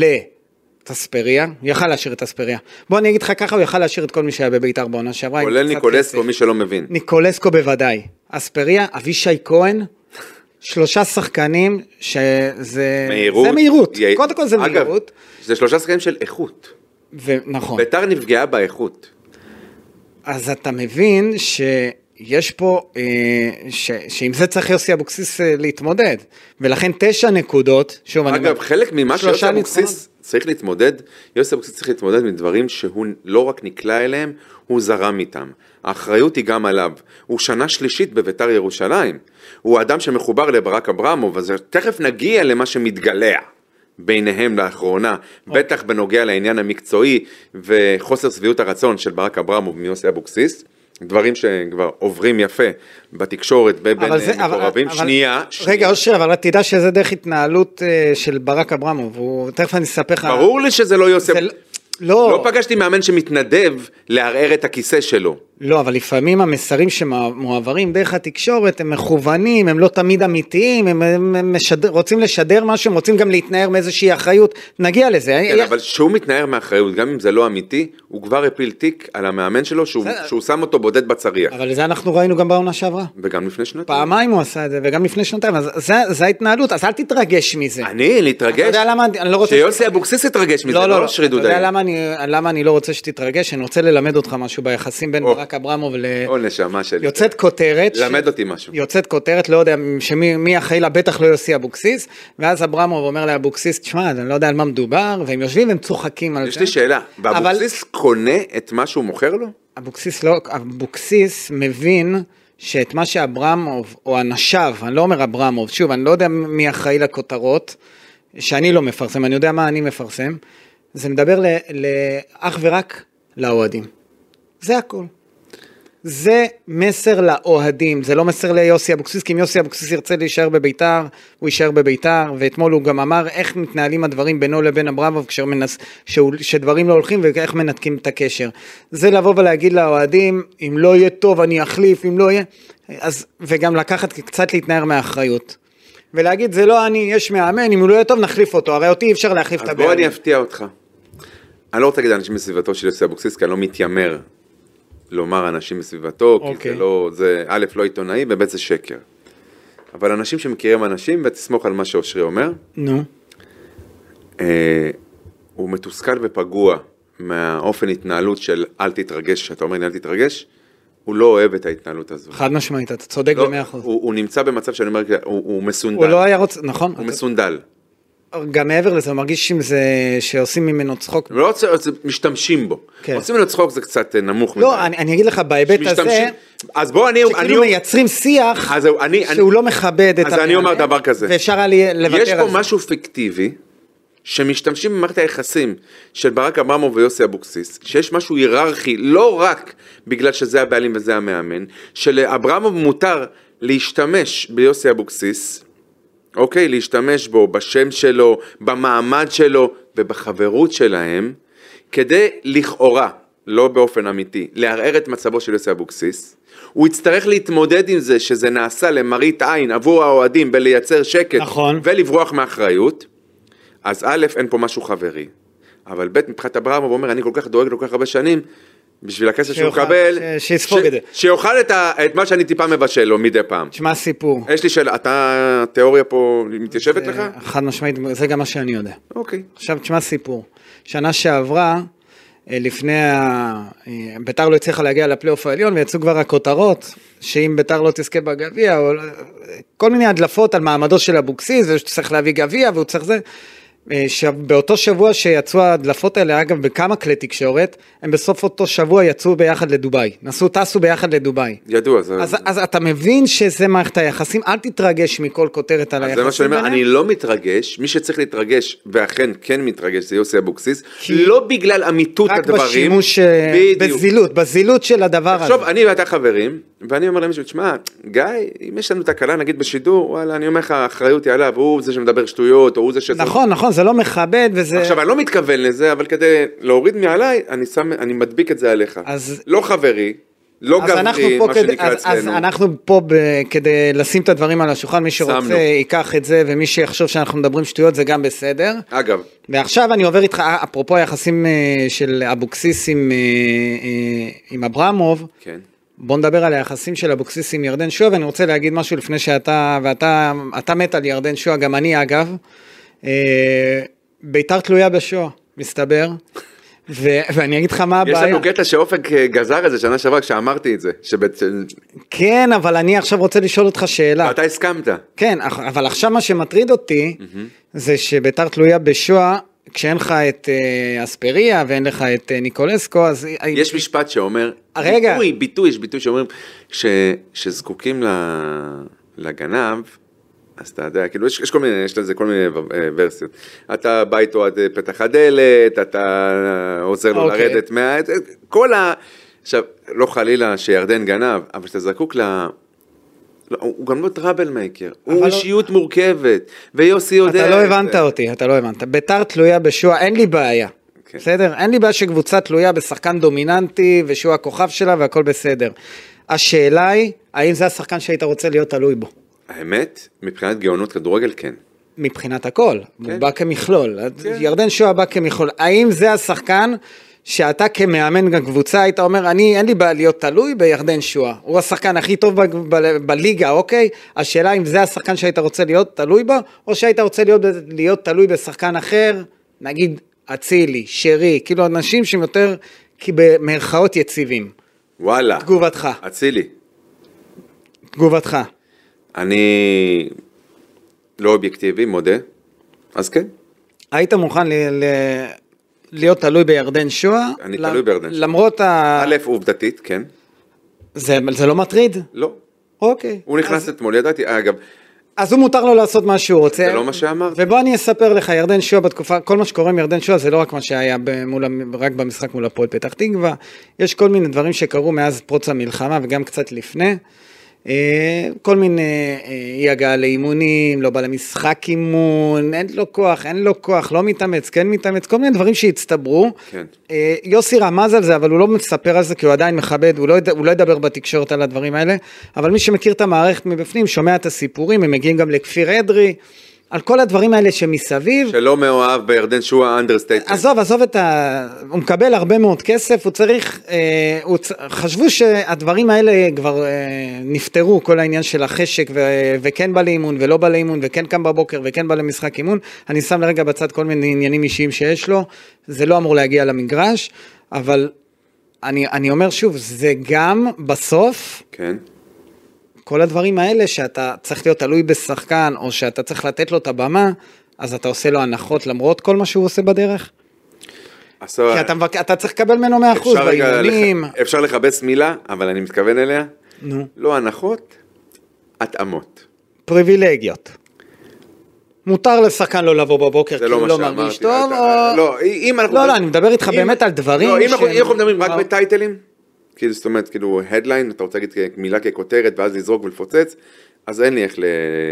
לתספריה, יכל להשאיר את תספריה. בוא אני אגיד לך ככה, הוא יכל להשאיר את כל מי שהיה בביתר בעונה שעברה. כולל ניקולסקו, מי שלא מבין. ניקולסקו בוודאי. אספריה, אבישי כהן, שלושה שחקנים שזה מהירות, זה מהירות. י... קודם כל זה אגב, מהירות. זה שלושה שחקנים של איכות. ונכון. ביתר נפגעה באיכות. אז אתה מבין שיש פה, ש, שעם זה צריך יוסי אבוקסיס להתמודד, ולכן תשע נקודות, שוב אגב, אני... חלק ממה שיוסי אבוקסיס צריך להתמודד, יוסי אבוקסיס צריך להתמודד מדברים שהוא לא רק נקלע אליהם, הוא זרם איתם. האחריות היא גם עליו. הוא שנה שלישית בביתר ירושלים. הוא אדם שמחובר לברק אברמוב, אז תכף נגיע למה שמתגלע. ביניהם לאחרונה, בטח בנוגע לעניין המקצועי וחוסר שביעות הרצון של ברק אברמוב מיוסי אבוקסיס, דברים שכבר עוברים יפה בתקשורת בין מקורבים. שנייה, שנייה. רגע, אושר, אבל תדע שזה דרך התנהלות של ברק אברמוב, ותכף אני אספר לך... ברור לי שזה לא יוסי... לא... לא פגשתי מאמן שמתנדב לערער את הכיסא שלו. לא, אבל לפעמים המסרים שמועברים דרך התקשורת הם מכוונים, הם לא תמיד אמיתיים, הם, הם משדר, רוצים לשדר משהו, הם רוצים גם להתנער מאיזושהי אחריות, נגיע לזה. כן, אבל שהוא מתנער מאחריות, גם אם זה לא אמיתי, הוא כבר הפיל תיק על המאמן שלו, שהוא, שהוא שם אותו בודד בצריח. אבל זה אנחנו ראינו גם בעונה שעברה. וגם לפני שנתיים. פעמיים הוא עשה את זה, וגם לפני שנתיים, אז זה, זה ההתנהלות, אז אל תתרגש מזה. אני, להתרגש? אתה יודע למה, אני לא רוצה... שיוסי אבוקסיס יתרגש מזה, לא, לא, לא, לא שרידו אתה יודע למה אני, למה אני לא רוצה שתתרגש? אני רוצה ללמד אותך משהו ביחסים בין ברק אברמוב ל... או נשמה שלי. יוצאת כותרת. למד אותי משהו. יוצאת כותרת, לא יודע שמי אחראי לה, בטח לא יוסי אבוקסיס, ואז אברמוב אומר לאבוקסיס, תשמע, אני לא יודע על מה מדובר, והם יושבים והם צוחקים על זה. יש לי שאלה, ואבוקסיס קונה את מה שהוא מוכר לו? אבוקסיס לא, אבוקסיס מבין שאת מה שאברמוב, או אנשיו, אני לא אומר אברמוב, שוב, אני לא יודע מי אחראי לכותרות, שאני לא מפרסם, אני יודע מה אני מפרסם, זה מדבר לאך ורק לאוהדים. זה הכל. זה מסר לאוהדים, זה לא מסר ליוסי אבוקסיס, כי אם יוסי אבוקסיס ירצה להישאר בביתר, הוא יישאר בביתר, ואתמול הוא גם אמר איך מתנהלים הדברים בינו לבין אברמוב, כשמנס, שדברים לא הולכים ואיך מנתקים את הקשר. זה לבוא ולהגיד לאוהדים, אם לא יהיה טוב אני אחליף, אם לא יהיה, אז, וגם לקחת קצת להתנער מהאחריות. ולהגיד זה לא אני, יש מאמן, אם הוא לא יהיה טוב נחליף אותו, הרי אותי אי אפשר להחליף את הבעלים. אז בוא אני אפתיע אותך. אני לא רוצה להגיד אנשים בסביבתו של יוסי אבוקסיס, כי אני לא מתיימר לומר אנשים בסביבתו, כי okay. זה לא, זה א' לא עיתונאי, וב' זה שקר. אבל אנשים שמכירים אנשים, ותסמוך על מה שאושרי אומר, נו. אה, הוא מתוסכל ופגוע מהאופן התנהלות של אל תתרגש, שאתה אומר לי אל תתרגש, הוא לא אוהב את ההתנהלות הזו. חד משמעית, אתה צודק לא, במאה אחוז. הוא, הוא נמצא במצב שאני אומר, הוא, הוא מסונדל. הוא לא היה רוצה, נכון. הוא אתה... מסונדל. גם מעבר לזה, הוא מרגיש עם זה שעושים ממנו צחוק. לא רוצה, משתמשים בו. כן. עושים ממנו צחוק זה קצת נמוך. לא, אני, אני אגיד לך, בהיבט הזה, אז בוא, אני, שכאילו אני, מייצרים שיח אז אני, שהוא אני, לא מכבד את אז אני אומר דבר כזה. ואפשר לוותר על זה. יש פה משהו פיקטיבי, שמשתמשים במערכת היחסים של ברק אברמוב ויוסי אבוקסיס, שיש משהו היררכי, לא רק בגלל שזה הבעלים וזה המאמן, שלאברמוב מותר להשתמש ביוסי אבוקסיס, אוקיי, להשתמש בו, בשם שלו, במעמד שלו ובחברות שלהם, כדי לכאורה, לא באופן אמיתי, לערער את מצבו של יוסי אבוקסיס. הוא יצטרך להתמודד עם זה שזה נעשה למראית עין עבור האוהדים ולייצר שקט, נכון. ולברוח מאחריות. אז א', אין פה משהו חברי, אבל ב', מבחינת אברמוב אומר, אני כל כך דואג לו כל כך הרבה שנים, בשביל הכסף שהוא מקבל, שיספוג את זה. שיוכל את מה שאני טיפה מבשל לו מדי פעם. תשמע סיפור. יש לי שאלה, אתה, תיאוריה פה מתיישבת לך? חד משמעית, זה גם מה שאני יודע. אוקיי. עכשיו תשמע סיפור. שנה שעברה, לפני, ביתר לא הצליחה להגיע לפלייאוף העליון, ויצאו כבר הכותרות, שאם ביתר לא תזכה בגביע, או כל מיני הדלפות על מעמדו של אבוקסיס, ושצריך להביא גביע, והוא צריך זה... באותו שבוע שיצאו ההדלפות האלה, אגב בכמה כלי תקשורת, הם בסוף אותו שבוע יצאו ביחד לדוביי, נסו, טסו ביחד לדוביי. ידוע. זה... אז, אז אתה מבין שזה מערכת היחסים, אל תתרגש מכל כותרת על היחסים. זה מה שאני אומר, אני לא מתרגש, מי שצריך להתרגש, ואכן כן מתרגש, זה יוסי אבוקסיס, לא בגלל אמיתות הדברים. רק בשימוש, בזילות, בזילות של הדבר הזה. עכשיו, אני ואתה חברים, ואני אומר למישהו, תשמע, גיא, אם יש לנו תקלה, נגיד בשידור, וואלה, אני אומר לך, האחריות היא עליו, הוא זה שמדבר שטויות, או הוא זה שזה... נכון, נכון, זה לא מכבד, וזה... עכשיו, אני לא מתכוון לזה, אבל כדי להוריד מעליי, אני שם, אני מדביק את זה עליך. אז... לא חברי, לא גברי, מה שנקרא אצלנו. אז אנחנו פה כדי לשים את הדברים על השולחן, מי שרוצה ייקח את זה, ומי שיחשוב שאנחנו מדברים שטויות, זה גם בסדר. אגב. ועכשיו אני עובר איתך, אפרופו היחסים של אבוקסיס עם, עם אברמוב, כן. בוא נדבר על היחסים של אבוקסיס עם ירדן שועה, ואני רוצה להגיד משהו לפני שאתה, ואתה, אתה מת על ירדן שועה, גם אני אגב, ביתר תלויה בשועה, מסתבר, ו- ואני אגיד לך מה הבעיה. יש לנו קטע שאופק גזר את זה שנה שעברה כשאמרתי את זה. שבית... כן, אבל אני עכשיו רוצה לשאול אותך שאלה. ואתה הסכמת. כן, אבל עכשיו מה שמטריד אותי, mm-hmm. זה שביתר תלויה בשועה, כשאין לך את uh, אספריה ואין לך את uh, ניקולסקו, אז... יש משפט שאומר, רגע. ביטוי, ביטוי, יש ביטוי שאומרים, ש, שזקוקים לגנב, אז אתה יודע, כאילו, יש, יש כל מיני, יש לזה כל מיני ורסיות. אתה בא איתו עד פתח הדלת, אתה עוזר לו okay. לרדת מה... כל ה... עכשיו, לא חלילה שירדן גנב, אבל שאתה זקוק ל... לא, הוא גם לא טראבל מייקר, הוא אישיות לא... מורכבת, ויוסי יודע... אתה לא הבנת זה. אותי, אתה לא הבנת. ביתר תלויה בשועה, אין לי בעיה. Okay. בסדר? אין לי בעיה שקבוצה תלויה בשחקן דומיננטי, ושהוא הכוכב שלה והכל בסדר. השאלה היא, האם זה השחקן שהיית רוצה להיות תלוי בו? האמת, מבחינת גאונות כדורגל, כן. מבחינת הכל, כן. הוא בא כמכלול. כן. ירדן שועה בא כמכלול. האם זה השחקן שאתה כמאמן הקבוצה, היית אומר, אני, אין לי בעיה להיות תלוי בירדן שועה. הוא השחקן הכי טוב ב- ב- בליגה, אוקיי? השאלה אם זה השחקן שהיית רוצה להיות תלוי בו, או שהיית רוצה להיות, להיות תלוי בשחקן אחר, נגיד אצילי, שרי, כאילו אנשים שהם יותר כי במרכאות יציבים. וואלה. תגובתך. אצילי. תגובתך. אני לא אובייקטיבי, מודה, אז כן. היית מוכן ל... ל... להיות תלוי בירדן שועה? אני תלוי בירדן שועה. למרות ה... א', עובדתית, כן. זה, זה לא מטריד? לא. אוקיי. הוא נכנס אז... אתמול, ידעתי, אגב, אז הוא מותר לו לעשות מה שהוא רוצה. זה לא מה שאמרת. ובוא אני אספר לך, ירדן שועה בתקופה, כל מה שקורה עם ירדן שועה זה לא רק מה שהיה במול, רק במשחק מול הפועל פתח תקווה, יש כל מיני דברים שקרו מאז פרוץ המלחמה וגם קצת לפני, כל מיני אי הגעה לאימונים, לא בא למשחק אימון, אין לו כוח, אין לו כוח, לא מתאמץ, כן מתאמץ, כל מיני דברים שהצטברו. כן. יוסי רמז על זה, אבל הוא לא מספר על זה, כי הוא עדיין מכבד, הוא לא, הוא לא ידבר בתקשורת על הדברים האלה, אבל מי שמכיר את המערכת מבפנים, שומע את הסיפורים, הם מגיעים גם לכפיר אדרי, על כל הדברים האלה שמסביב. שלא מאוהב בירדן שועה אנדרסטייטמנט. עזוב, עזוב את ה... הוא מקבל הרבה מאוד כסף, הוא צריך... אה, הוא... חשבו שהדברים האלה כבר אה, נפטרו, כל העניין של החשק, ו... וכן בא לאימון ולא בא לאימון, וכן קם בבוקר וכן בא למשחק אימון. אני שם לרגע בצד כל מיני עניינים אישיים שיש לו, זה לא אמור להגיע למגרש, אבל אני, אני אומר שוב, זה גם בסוף... כן. כל הדברים האלה שאתה צריך להיות תלוי בשחקן, או שאתה צריך לתת לו את הבמה, אז אתה עושה לו הנחות למרות כל מה שהוא עושה בדרך? כי אתה, אתה צריך לקבל ממנו מאה אחוז בעניינים. אפשר לחבש מילה, אבל אני מתכוון אליה. נו. לא הנחות, התאמות. פריבילגיות. מותר לשחקן לא לבוא בבוקר, כי הוא לא מרגיש טוב, או... לא, אם אנחנו... לא, לא, אני מדבר איתך באמת על דברים... לא, אם אנחנו מדברים רק בטייטלים, כאילו, זאת אומרת, כאילו, הדליין, אתה רוצה להגיד מילה ככותרת, ואז לזרוק ולפוצץ, אז אין לי איך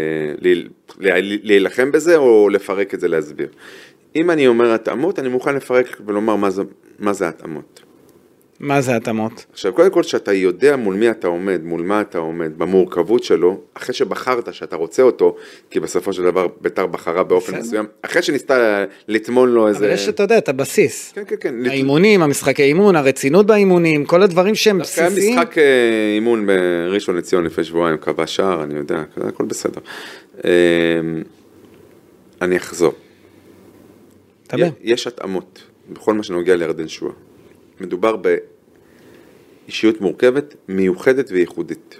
להילחם בזה, או לפרק את זה להסביר. אם אני אומר התאמות, אני מוכן לפרק ולומר מה זה התאמות. מה זה התאמות? עכשיו, קודם כל, שאתה יודע מול מי אתה עומד, מול מה אתה עומד, במורכבות שלו, אחרי שבחרת שאתה רוצה אותו, כי בסופו של דבר בית"ר בחרה באופן מסוים, אחרי שניסתה לטמון לו איזה... אבל יש שאתה יודע, את הבסיס. כן, כן, כן. האימונים, המשחקי אימון, הרצינות באימונים, כל הדברים שהם בסיסיים. היה משחק אימון בראשון לציון לפני שבועיים, קבע שער, אני יודע, הכל בסדר. אני אחזור. יש התאמות בכל מה שנוגע לירדן שועה. מדובר באישיות מורכבת, מיוחדת וייחודית.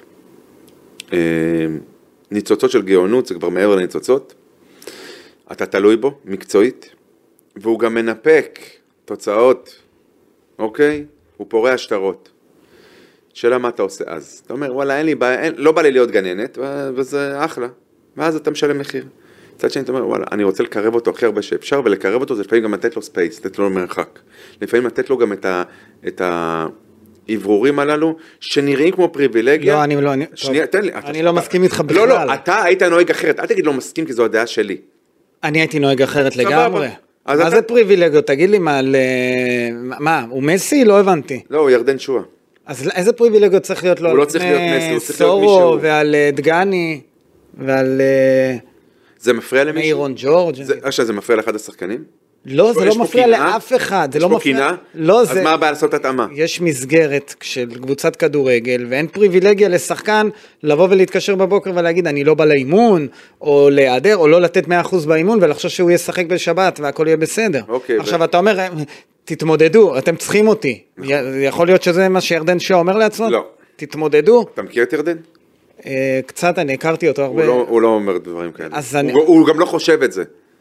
ניצוצות של גאונות, זה כבר מעבר לניצוצות. אתה תלוי בו, מקצועית, והוא גם מנפק תוצאות, אוקיי? הוא פורע שטרות. שאלה מה אתה עושה אז? אתה אומר, וואלה, אין לי בעיה, אין, לא בא לי להיות גננת, וזה אחלה. ואז אתה משלם מחיר. צד שני, אתה אומר, וואלה, אני רוצה לקרב אותו הכי הרבה שאפשר, ולקרב אותו זה לפעמים גם לתת לו ספייס, לתת לו מרחק. לפעמים לתת לו גם את ה... את העברורים הללו, שנראים כמו פריבילגיה. לא, אני לא... שנייה, תן לי. אני לא מסכים איתך בכלל. לא, לא, אתה היית נוהג אחרת. אל תגיד לא מסכים, כי זו הדעה שלי. אני הייתי נוהג אחרת לגמרי. מה זה פריבילגיות? תגיד לי מה, מה, הוא מסי? לא הבנתי. לא, הוא ירדן שועה. אז איזה פריבילגיות צריך להיות לו? הוא לא צריך להיות מסי, הוא צריך להיות מישהו. סורו ועל דגני ועל... זה מפריע למישהו? מאירון ג'ורג'. עכשיו, זה מפריע לאחד השחקנים? לא, זה לא מפריע לאף אחד. יש פה קינה? אז מה הבעיה לעשות התאמה? יש מסגרת של קבוצת כדורגל, ואין פריבילגיה לשחקן לבוא ולהתקשר בבוקר ולהגיד, אני לא בא לאימון, או להיעדר, או לא לתת מאה אחוז באימון, ולחשוב שהוא ישחק בשבת, והכל יהיה בסדר. עכשיו, אתה אומר, תתמודדו, אתם צריכים אותי. יכול להיות שזה מה שירדן שועה אומר לעצמו? לא. תתמודדו. אתה מכיר את ירדן? קצת, אני הכרתי אותו הרבה. הוא לא אומר דברים כאלה. הוא גם לא חושב את זה.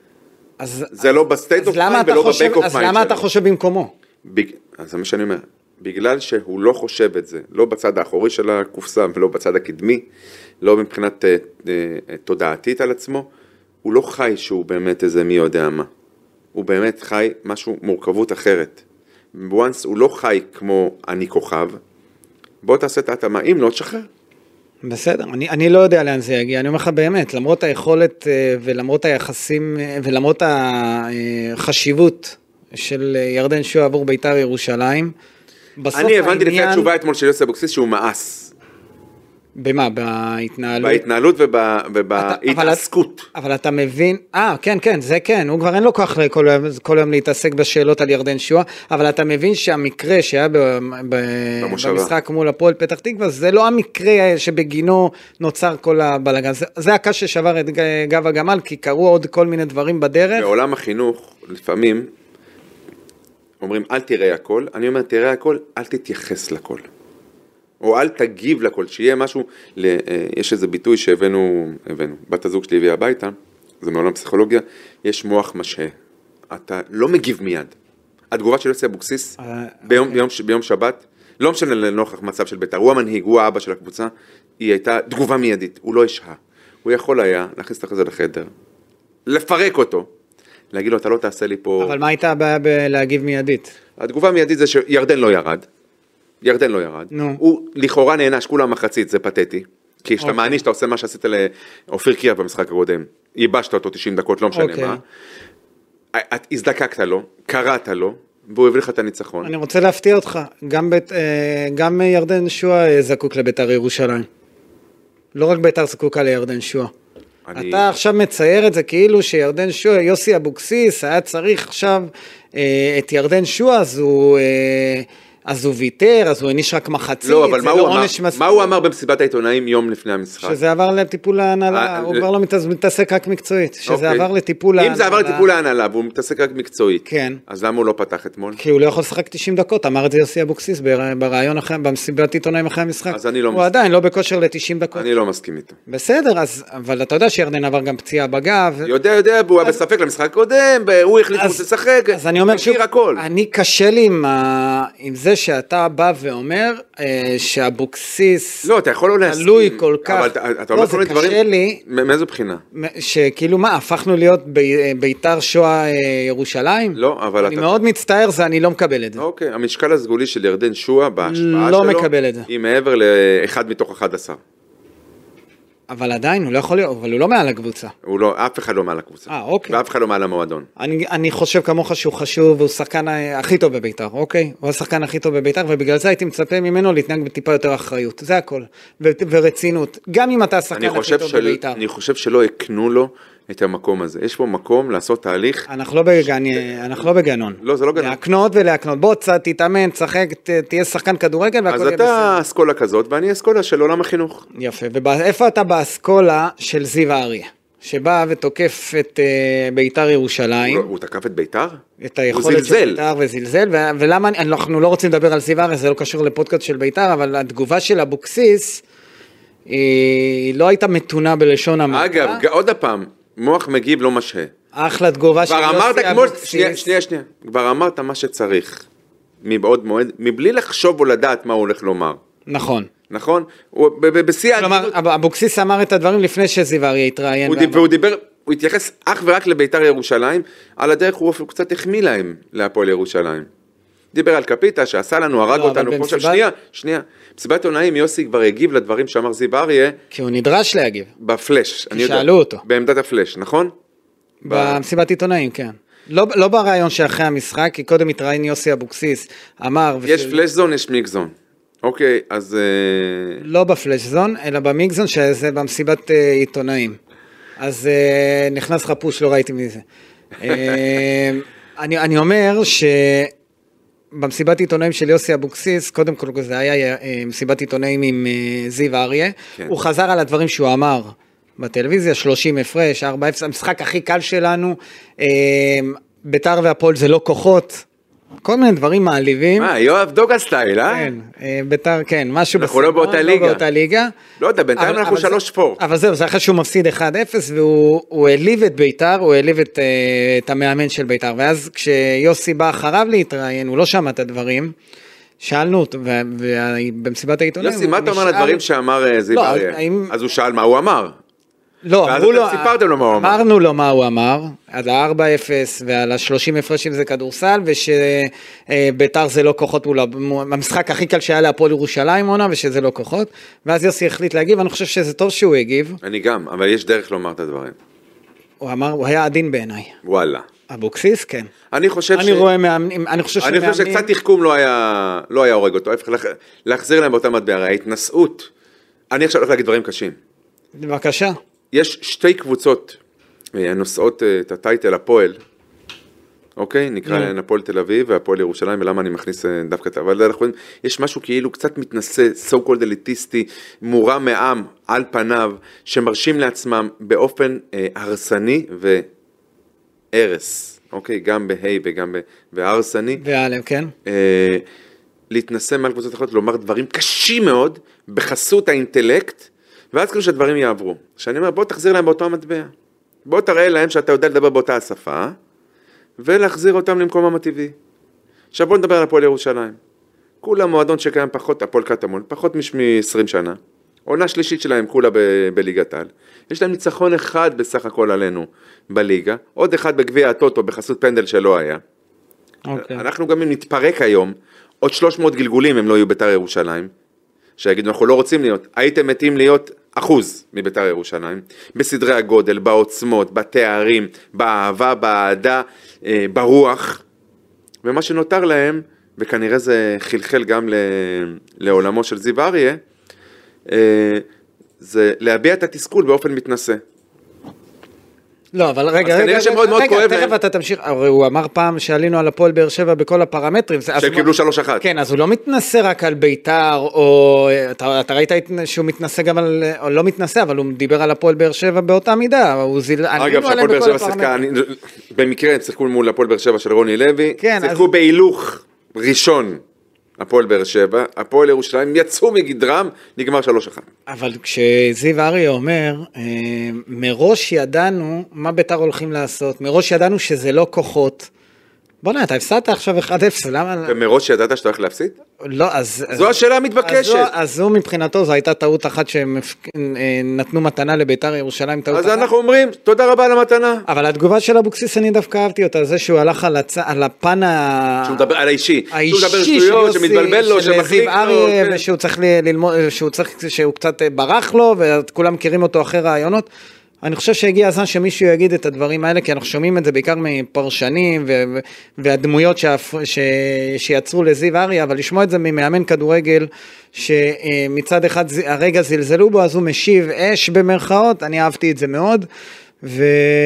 זה לא בסטייט אוף מיינד ולא בבק אוף מיינד. אז למה אתה חושב במקומו? אז זה מה שאני אומר. בגלל שהוא לא חושב את זה, לא בצד האחורי של הקופסה ולא בצד הקדמי, לא מבחינת תודעתית על עצמו, הוא לא חי שהוא באמת איזה מי יודע מה. הוא באמת חי משהו, מורכבות אחרת. once הוא לא חי כמו אני כוכב, בוא תעשה את ההתאמה, אם לא תשחרר. בסדר, אני, אני לא יודע לאן זה יגיע, אני אומר לך באמת, למרות היכולת ולמרות היחסים ולמרות החשיבות של ירדן שועה עבור בית"ר ירושלים, בסוף העניין... אני הבנתי לפי התשובה אתמול של יוסי אבוקסיס שהוא מאס. במה? בהתנהלות? בהתנהלות ובהתעסקות. אבל אתה מבין, אה, כן, כן, זה כן, הוא כבר אין לו כוח כל היום להתעסק בשאלות על ירדן שועה, אבל אתה מבין שהמקרה שהיה במשחק מול הפועל פתח תקווה, זה לא המקרה שבגינו נוצר כל הבלגן, זה הקש ששבר את גב הגמל, כי קרו עוד כל מיני דברים בדרך. בעולם החינוך, לפעמים, אומרים, אל תראה הכל, אני אומר, תראה הכל, אל תתייחס לכל. או אל תגיב לכל, שיהיה משהו, יש איזה ביטוי שהבאנו, הבאנו, בת הזוג שלי הביאה הביתה, זה מעולם פסיכולוגיה, יש מוח משהה, אתה לא מגיב מיד. התגובה של יוסי אבוקסיס, ביום, ביום, ביום שבת, לא משנה לנוכח מצב של בית"ר, הוא המנהיג, הוא האבא של הקבוצה, היא הייתה תגובה מיידית, הוא לא השהה. הוא יכול היה להכניס את זה לחדר, לפרק אותו, להגיד לו, אתה לא תעשה לי פה... אבל מה הייתה הבעיה בלהגיב מיידית? התגובה המיידית זה שירדן לא ירד, ירדן לא ירד, נו. הוא לכאורה נענש, כולה מחצית, זה פתטי, כי כשאתה מעניש, אתה עושה מה שעשית לאופיר קיר במשחק הקודם, ייבשת אותו תשעים דקות, לא משנה מה, את הזדקקת לו, קראת לו, והוא הביא לך את הניצחון. אני רוצה להפתיע אותך, גם, בית, גם ירדן שועה זקוק לביתר ירושלים. לא רק ביתר זקוקה לירדן שועה. אני... אתה עכשיו מצייר את זה כאילו שירדן שועה, יוסי אבוקסיס, היה צריך עכשיו את ירדן שועה, אז הוא... אז הוא ויתר, אז הוא הניש רק מחצית. לא, אבל מה, לא הוא אמר, מה הוא אמר במסיבת העיתונאים יום לפני המשחק? שזה עבר לטיפול ההנהלה, הוא כבר לא מתעסק רק מקצועית, שזה עבר לטיפול ההנהלה. אם זה עבר לטיפול ההנהלה, והוא מתעסק רק מקצועית, כן. אז למה הוא לא פתח אתמול? כי הוא לא יכול לשחק תשעים דקות, אמר את זה יוסי אבוקסיס ברעיון אחרי, במסיבת עיתונאים אחרי המשחק. אז אני לא הוא עדיין לא בכושר ל-תשעים דקות. אני לא מסכים איתו. בסדר, אז, אבל אתה יודע שירדן עבר גם פציעה בגב. יודע, יודע, הוא היה בספק למשחק קודם, הוא החליט שהוא לשחק. אז אני אומר שוב, אני קשה לי עם זה שאתה בא ואומר שאבוקסיס לא, אתה יכול לא להסכים, תלוי כל כך, אבל אתה אומר כל מיני דברים, לי, מאיזו בחינה? שכאילו מה, הפכנו להיות ביתר שועה ירושלים? לא, אבל אני אתה... מאוד מצטער, זה אני לא מקבל את זה. אוקיי, המשקל הסגולי של ירדן שועה בהשפעה לא שלו, מקבל את זה. היא מעבר לאחד מתוך אחד עשר. אבל עדיין, הוא לא יכול להיות, אבל הוא לא מעל הקבוצה. הוא לא, אף אחד לא מעל הקבוצה. אה, אוקיי. ואף אחד לא מעל המועדון. אני, אני חושב כמוך שהוא חשוב, והוא שחקן הכי טוב בביתר, אוקיי? הוא השחקן הכי טוב בביתר, ובגלל זה הייתי מצפה ממנו להתנהג בטיפה יותר אחריות. זה הכל. ו- ורצינות. גם אם אתה השחקן הכי טוב של, בביתר. אני חושב שלא הקנו לו את המקום הזה. יש פה מקום לעשות תהליך. אנחנו לא בגן, אנחנו לא בגנון. לא, זה לא גנון. להקנות ולהקנות. בוא, תתאמן, תשחק, תהיה שחקן כדורגל והכל יהיה בסדר. אז אתה אסכולה כזאת, ואני אסכולה של עולם החינוך. יפה. ואיפה אתה באסכולה של זיו אריה? שבא ותוקף את ביתר ירושלים. הוא תקף את ביתר? את היכולת של ביתר וזלזל. ולמה, אנחנו לא רוצים לדבר על זיו אריה, זה לא קשור לפודקאסט של ביתר, אבל התגובה של אבוקסיס, היא לא הייתה מתונה בלשון המעטה. אגב, עוד הפעם, מוח מגיב לא משהה. אחלה תגובה של יוסי אבוקסיס. שנייה, שנייה, שנייה. כבר אמרת מה שצריך, מבעוד מועד, מבלי לחשוב או לדעת מה הוא הולך לומר. נכון. נכון? כלומר, אבוקסיס אמר את הדברים לפני שזיו אריה התראיין. והוא דיבר, הוא התייחס אך ורק לביתר ירושלים, על הדרך הוא קצת החמיא להם להפועל ירושלים. דיבר על קפיטה שעשה לנו, הרג אותנו. שנייה, שנייה. מסיבת עיתונאים יוסי כבר הגיב לדברים שאמר זיו אריה. כי הוא נדרש להגיב. בפלש. כי שאלו אותו. בעמדת הפלש, נכון? במסיבת עיתונאים, כן. לא, לא ברעיון שאחרי המשחק, כי קודם התראיין יוסי אבוקסיס, אמר... יש ושל... פלש זון, יש מיק זון. אוקיי, אז... לא בפלש זון, אלא במיק זון, שזה במסיבת עיתונאים. אז נכנס חפוש, לא ראיתי מזה. אני, אני אומר ש... במסיבת עיתונאים של יוסי אבוקסיס, קודם כל זה היה מסיבת עיתונאים עם זיו אריה, כן. הוא חזר על הדברים שהוא אמר בטלוויזיה, שלושים הפרש, ארבע אפס, המשחק הכי קל שלנו, ביתר והפועל זה לא כוחות, כל מיני דברים מעליבים. מה, יואב דוגה סטייל, אה? כן, ביתר, כן, משהו אנחנו לא באותה ליגה. לא באותה ליגה. לא יודע, בינתיים אנחנו שלוש ספורט. אבל זהו, זה אחרי שהוא מפסיד אחד אפס, והוא העליב את ביתר, הוא העליב את, את המאמן של ביתר, ואז כשיוסי בא אחריו להתראיין, הוא לא שמע את הדברים, שאלנו אותו, ובמסיבת העיתונאים... יוסי, מה אתה אומר לדברים שאמר זיו אריה? אז הוא שאל מה הוא אמר. לא, ואז אתם סיפרתם לו מה הוא אמר. אמרנו לו מה הוא אמר, על ה-ארבע אפס ועל ה-שלושים הפרשים זה כדורסל, ושביתר זה לא כוחות, המשחק הכי קל שהיה להפועל ירושלים עונה, ושזה לא כוחות, ואז יוסי החליט להגיב, אני חושב שזה טוב שהוא הגיב. אני גם, אבל יש דרך לומר את הדברים. הוא אמר, הוא היה עדין בעיניי. וואלה. אבוקסיס, כן. אני חושב אני רואה מאמנים, אני חושב שמאמנים... אני חושב שקצת תחכום לא היה, לא היה הורג אותו, להחזיר להם באותה מטבע, ההתנסות. אני עכשיו הולך להגיד דברים קשים. בבקשה. יש שתי קבוצות נושאות את הטייטל הפועל, אוקיי? נקרא להן הפועל תל אביב והפועל ירושלים, ולמה אני מכניס דווקא, אבל אנחנו רואים, יש משהו כאילו קצת מתנשא, so called אליטיסטי, מורם מעם על פניו, שמרשים לעצמם באופן אה, הרסני וערס, אוקיי? גם בהי וגם בהרסני. ועלם, כן. אה, להתנסה מעל קבוצות אחרות, לומר דברים קשים מאוד, בחסות האינטלקט, ואז כאילו שהדברים יעברו. שאני אומר, בוא תחזיר להם באותו המטבע. בוא תראה להם שאתה יודע לדבר באותה השפה, ולהחזיר אותם למקומם הטבעי. עכשיו בוא נדבר על הפועל ירושלים. כולה מועדון שקיים פחות, הפועל קטמון, פחות מ-עשרים שנה. עונה שלישית שלהם כולה בליגת העל. יש להם ניצחון אחד בסך הכל עלינו בליגה, עוד אחד בגביע הטוטו בחסות פנדל שלא היה. Okay. אנחנו גם אם נתפרק היום, עוד שלוש מאות גלגולים הם לא יהיו בית"ר ירושלים, שיגידו אנחנו לא רוצים להיות, הייתם מתים להיות אחוז מבית"ר ירושלים, בסדרי הגודל, בעוצמות, בתארים, באהבה, באהדה, ברוח, ומה שנותר להם, וכנראה זה חלחל גם לעולמו של זיו אריה, זה להביע את התסכול באופן מתנשא. לא, אבל רגע, רגע, רגע, תכף אתה תמשיך, הוא אמר פעם שעלינו על הפועל באר שבע בכל הפרמטרים. שהם קיבלו שלוש אחת. כן, אז הוא לא מתנסה רק על בית"ר, או אתה ראית שהוא מתנסה גם על, או לא מתנסה, אבל הוא דיבר על הפועל באר שבע באותה מידה, אגב, שהפועל באר שבע שיחקה, במקרה הם שיחקו מול הפועל באר שבע של רוני לוי, שיחקו בהילוך ראשון, הפועל באר שבע, הפועל ירושלים יצאו מגדרם, נגמר שלוש אחת. אבל כשזיו אריה אומר, מראש ידענו מה בית"ר הולכים לעשות, מראש ידענו שזה לא כוחות, בוא נה, אתה הפסדת עכשיו אחד אפס, למה? ומראש ידעת שאתה הולך להפסיד? לא, אז... זו השאלה המתבקשת. אז זו מבחינתו, זו הייתה טעות אחת שהם נתנו מתנה לבית"ר ירושלים, טעות אחת. אז אנחנו אומרים, תודה רבה על המתנה. אבל התגובה של אבוקסיס, אני דווקא אהבתי אותה, זה שהוא הלך על הפן ה... שהוא מדבר על האישי. האישי של יוסי, של זיו אריה, ושהוא צריך ללמוד, שהוא קצת ברח לו, וכולם מכירים אותו אחרי רעיונות. אני חושב שהגיע הזמן שמישהו יגיד את הדברים האלה, כי אנחנו שומעים את זה בעיקר מפרשנים ו- והדמויות ש- שיצרו לזיו אריה, אבל לשמוע את זה ממאמן כדורגל, שמצד אחד הרגע זלזלו בו, אז הוא משיב אש במרכאות, אני אהבתי את זה מאוד, ו-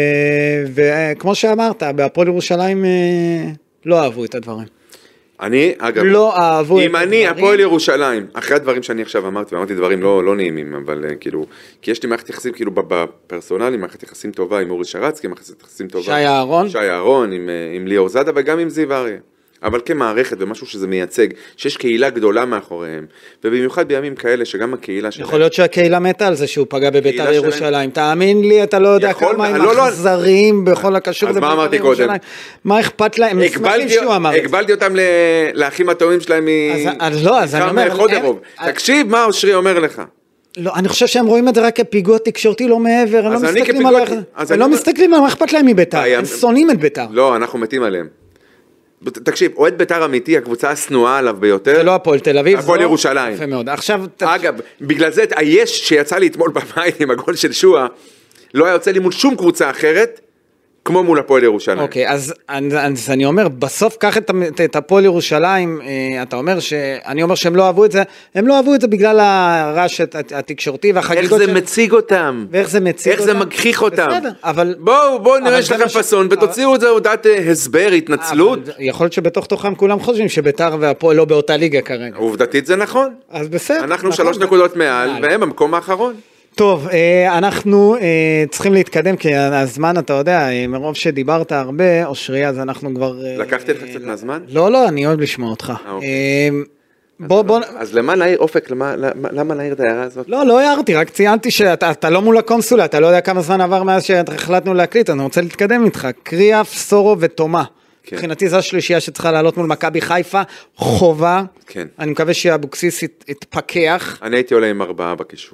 וכמו שאמרת, בהפועל ירושלים לא אהבו את הדברים. אני, אגב, לא אהבו אם אני, הפועל ירושלים, אחרי הדברים שאני עכשיו אמרתי, ואמרתי דברים לא, לא נעימים, אבל כאילו, כי יש לי מערכת יחסים כאילו בפרסונלי, מערכת יחסים טובה עם אורי שרצקי, מערכת יחסים טובה. שי אהרון. שי אהרון, עם, עם ליאור זאדה וגם עם זיו אריה. אבל כמערכת ומשהו שזה מייצג, שיש קהילה גדולה מאחוריהם, ובמיוחד בימים כאלה שגם הקהילה שלהם... יכול להיות שהקהילה מתה על זה שהוא פגע בבית"ר ירושלים, תאמין לי, אתה לא יודע כמה הם אכזרים בכל הקשור לבית"ר ירושלים, מה אכפת להם, הם שמחים שהוא אמר את זה. הגבלתי אותם לאחים הטובים שלהם אז לא, אז אני אומר... תקשיב מה אושרי אומר לך. לא, אני חושב שהם רואים את זה רק כפיגוע תקשורתי, לא מעבר, הם לא מסתכלים על מה אכפת להם מבית"ר, הם שונאים את בית"ר. לא, אנחנו מתים עליהם. תקשיב, אוהד בית"ר אמיתי, הקבוצה הסנועה עליו ביותר. זה לא הפועל תל אביב. הפועל ירושלים. יפה מאוד. עכשיו... אגב, בגלל זה, היש שיצא לי אתמול בבית עם הגול של שועה, לא היה יוצא לי מול שום קבוצה אחרת, כמו מול הפועל ירושלים. אוקיי, אז, אז אני אומר, בסוף קח את, את הפועל ירושלים, אתה אומר ש... אני אומר שהם לא אהבו את זה, הם לא אהבו את זה בגלל הרעש התקשורתי והחגיגות. איך זה מציג אותם. ואיך זה מציג אותם. איך זה מגחיך אותם. בסדר, אבל... בואו, בואו נראה שלכם פסון, ותוציאו את זה הודעת הסבר, התנצלות. יכול להיות שבתוך תוכם כולם חושבים שבית"ר והפועל לא באותה ליגה כרגע. עובדתית זה נכון. אז בסדר. אנחנו שלוש נקודות מעל, והם במקום האחרון. טוב, אנחנו צריכים להתקדם, כי הזמן, אתה יודע, מרוב שדיברת הרבה, אושרי, אז אנחנו כבר... לקחתי לך קצת מהזמן? לא, לא, אני אוהב לשמוע אותך. בוא, בוא... אז למה להעיר, אופק, למה להעיר את ההערה הזאת? לא, לא הערתי, רק ציינתי שאתה לא מול הקונסולה, אתה לא יודע כמה זמן עבר מאז שהחלטנו להקליט, אני רוצה להתקדם איתך. קריאף, סורו ותומה. מבחינתי זו השלישייה שצריכה לעלות מול מכבי חיפה, חובה. אני מקווה שאבוקסיס יתפכח. אני הייתי עולה עם ארבעה בקישור.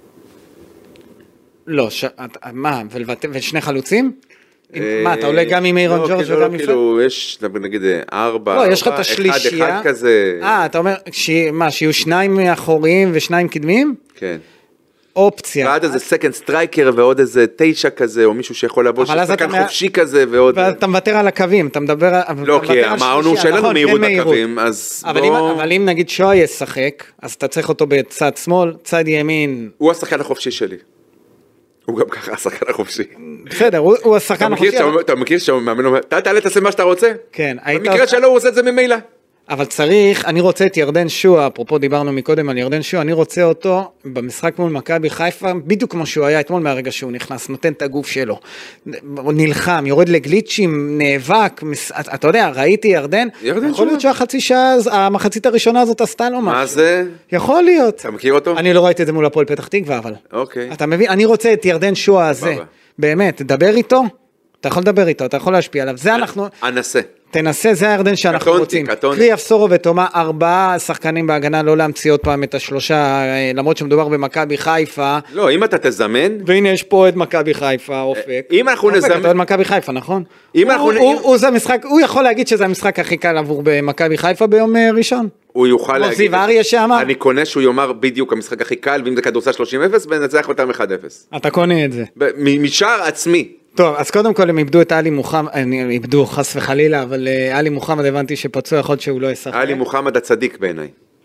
לא, מה, ושני חלוצים? מה, אתה עולה גם עם אירון ג'ורג' וגם עם... כאילו, יש, נגיד, ארבע, לא, יש לך את השלישייה. אחד כזה. אה, אתה אומר, מה, שיהיו שניים אחוריים ושניים קדמיים? כן. אופציה. ועד איזה סקנד סטרייקר ועוד איזה תשע כזה, או מישהו שיכול לבוא, ששחקן חופשי כזה ועוד... ואתה מוותר על הקווים, אתה מדבר... לא, כי אמרנו שאין לנו מהירות בקווים, אז בוא... אבל אם נגיד שואה ישחק, אז אתה צריך אותו בצד שמאל, צד ימין... הוא השחקן החופשי שלי. הוא גם ככה השחקן החופשי. בסדר, הוא השחקן החופשי. אתה מכיר שהמאמן אומר, אתה תעלה תעשה מה שאתה רוצה? כן. במקרה שלו הוא עושה את זה ממילא. אבל צריך, אני רוצה את ירדן שועה, אפרופו דיברנו מקודם על ירדן שועה, אני רוצה אותו במשחק מול מכבי חיפה, בדיוק כמו שהוא היה אתמול מהרגע שהוא נכנס, נותן את הגוף שלו, הוא נלחם, יורד לגליצ'ים, נאבק, אתה יודע, ראיתי ירדן, יכול להיות שהחצי שעה, המחצית הראשונה הזאת עשתה לו משהו. מה זה? יכול להיות. אתה מכיר אותו? אני לא ראיתי את זה מול הפועל פתח תקווה, אבל. אוקיי. אתה מבין, אני רוצה את ירדן שועה הזה, באמת, דבר איתו, אתה יכול לדבר איתו, אתה יכול להשפיע עליו, זה אנחנו... אנסה. תנסה, זה הירדן שאנחנו רוצים. קריאף, סורו ותומה, ארבעה שחקנים בהגנה, לא להמציא עוד פעם את השלושה, למרות שמדובר במכבי חיפה. לא, אם אתה תזמן... והנה יש פה את מכבי חיפה, אופק. אם אנחנו נזמן... אופק, אתה עוד מכבי חיפה, נכון? אם אנחנו... הוא זה המשחק, הוא יכול להגיד שזה המשחק הכי קל עבור במכבי חיפה ביום ראשון. הוא יוכל להגיד... זיו אריה שאמר. אני קונה שהוא יאמר בדיוק המשחק הכי קל, ואם זה כדורסל שלושים אפס, ונצח אותם אחד אפס. אתה קונה את זה. משאר עצמי. טוב, אז קודם כל הם איבדו את אלי מוחמד, הם איבדו חס וחלילה, אבל אלי מוחמד הבנתי שפצוע, יכול להיות שהוא לא ישחק. אלי מוחמד הצדיק בעיניי.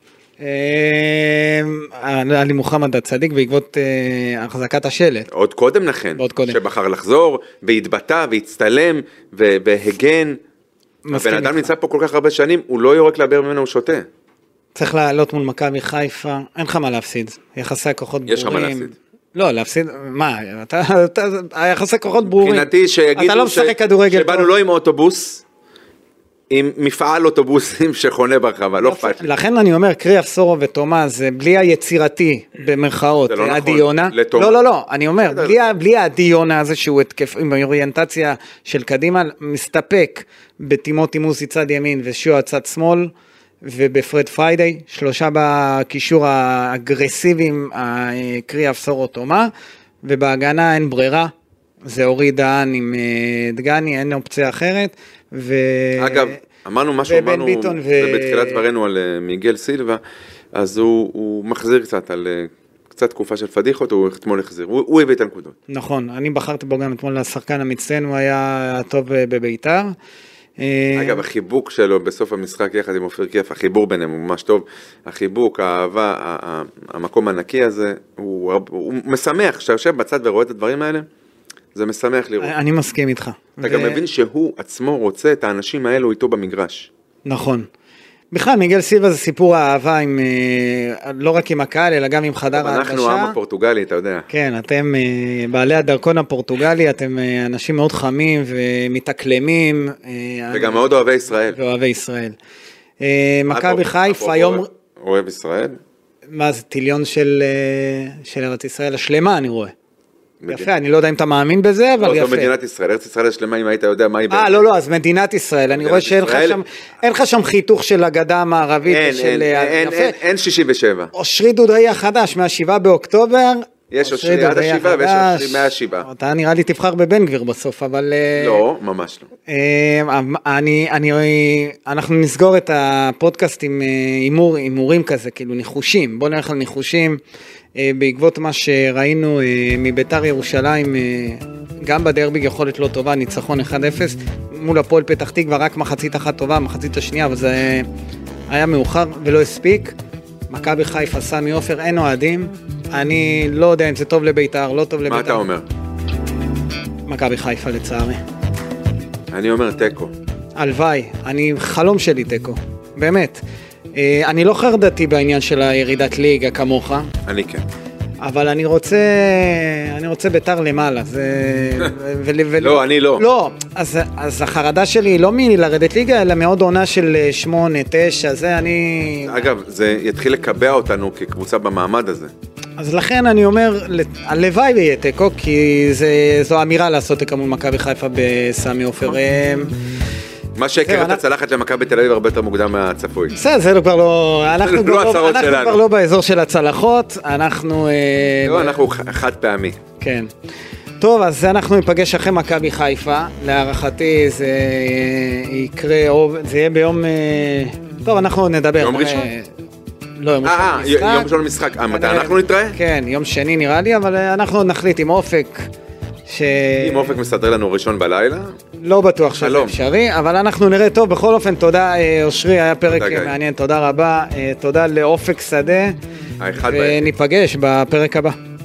אלי מוחמד הצדיק בעקבות החזקת השלט. עוד קודם לכן, שבחר לחזור, והתבטא, והצטלם, והגן. הבן אדם נמצא פה כל כך הרבה שנים, הוא לא יורק להבר ממנו, הוא שותה. צריך לעלות מול מכבי חיפה, אין לך מה להפסיד, יחסי הכוחות ברורים. יש לך מה להפסיד. לא, להפסיד, מה, אתה, היחסי כוחות ברורים. מבחינתי שיגידו שבאנו לא עם אוטובוס, עם מפעל אוטובוסים שחונה ברחבה, לא אכפת לי. לכן אני אומר, קריאף, סורו ותומה, זה בלי היצירתי, במרכאות, הדיונה. לא, לא, לא, אני אומר, בלי הדיונה הזה שהוא התקף, עם אוריינטציה של קדימה, מסתפק בתימותי מוסי צד ימין ושועה צד שמאל, ובפרד פריידי, שלושה בקישור האגרסיביים, קריאף, סורו, תומה, ובהגנה אין ברירה, זה אורי דהן עם דגני, אין אופציה אחרת, ו... אגב, אמרנו משהו, אמרנו בתחילת דברנו על מיגל סילבה, אז הוא, הוא מחזיר קצת על קצת תקופה של פדיחות, הוא אתמול החזיר, הוא, הוא הביא את הנקודות. נכון, אני בחרתי בו גם אתמול לשחקן המצטיין, הוא היה טוב בביתר. אגב, החיבוק שלו בסוף המשחק יחד עם אופיר קריאף, החיבור ביניהם הוא ממש טוב, החיבוק, האהבה, המקום הנקי הזה, הוא, הוא משמח, שאתה יושב בצד ורואה את הדברים האלה, זה משמח לראות. אני מסכים איתך. אתה גם מבין שהוא עצמו רוצה את האנשים האלו איתו במגרש. נכון. בכלל, מיגל סילבה זה סיפור האהבה עם, לא רק עם הקהל, אלא גם עם חדר ההלבשה. אנחנו עם הפורטוגלי, אתה יודע. כן, אתם בעלי הדרכון הפורטוגלי, אתם אנשים מאוד חמים ומתאקלמים. וגם מאוד אוהבי ישראל. ואוהבי ישראל. מכבי חיפה היום... אוהב ישראל? מה זה, טיליון של ארץ ישראל השלמה, אני רואה. יפה, אני לא יודע אם אתה מאמין בזה, אבל יפה. לא, זו מדינת ישראל, ארץ ישראל השלמה, אם היית יודע מה היא... אה, לא, לא, אז מדינת ישראל, אני רואה שאין לך שם חיתוך של הגדה המערבית. אין, אין, אין שישים ושבע. אושרי דודאי החדש, מהשבעה באוקטובר. יש אושרי עד השבעה, ויש אושרי מהשבעה. אתה נראה לי תבחר בבן גביר בסוף, אבל... לא, ממש לא. אני, אנחנו נסגור את הפודקאסט עם הימורים כזה, כאילו ניחושים, בוא נלך על ניחושים. בעקבות מה שראינו מביתר ירושלים, גם בדרבי יכולת לא טובה, ניצחון אחד אפס, מול הפועל פתח תקווה, רק מחצית אחת טובה, מחצית השנייה, אבל זה היה מאוחר ולא הספיק. מכבי חיפה, סמי עופר, אין אוהדים, אני לא יודע אם זה טוב לביתר, לא טוב לביתר. מה אתה אומר? מכבי חיפה לצערי. אני אומר טקו. הלוואי, אני חלום שלי טקו, באמת. אני לא חרדתי בעניין של הירידת ליגה כמוך. אני כן. אבל אני רוצה, אני רוצה ביתר למעלה. לא, אני לא. לא, אז החרדה שלי היא לא מלרדת ליגה, אלא מאוד עונה של שמונה, תשע, זה אני... אגב, זה יתחיל לקבע אותנו כקבוצה במעמד הזה. אז לכן אני אומר, הלוואי ויהיה תיקו, כי זו אמירה לעשות תיקו מול מכבי חיפה בסמי עופר. מה שהכיר את הצלחת של מכבי תל אביב הרבה יותר מוקדם מהצפוי. בסדר, זה כבר לא... אנחנו כבר לא באזור של הצלחות, אנחנו... לא, אנחנו חד פעמי. כן. טוב, אז אנחנו ניפגש אחרי מכבי חיפה, להערכתי זה יקרה, זה יהיה ביום... טוב, אנחנו נדבר. יום ראשון? לא, יום ראשון משחק. יום ראשון משחק. מתי אנחנו נתראה? כן, יום שני נראה לי, אבל אנחנו נחליט עם אופק. ש... אם אופק מסדר לנו ראשון בלילה? לא בטוח שזה אפשרי, אבל אנחנו נראה טוב. בכל אופן, תודה אושרי, היה פרק מעניין, תודה רבה. תודה לאופק שדה, וניפגש בפרק הבא.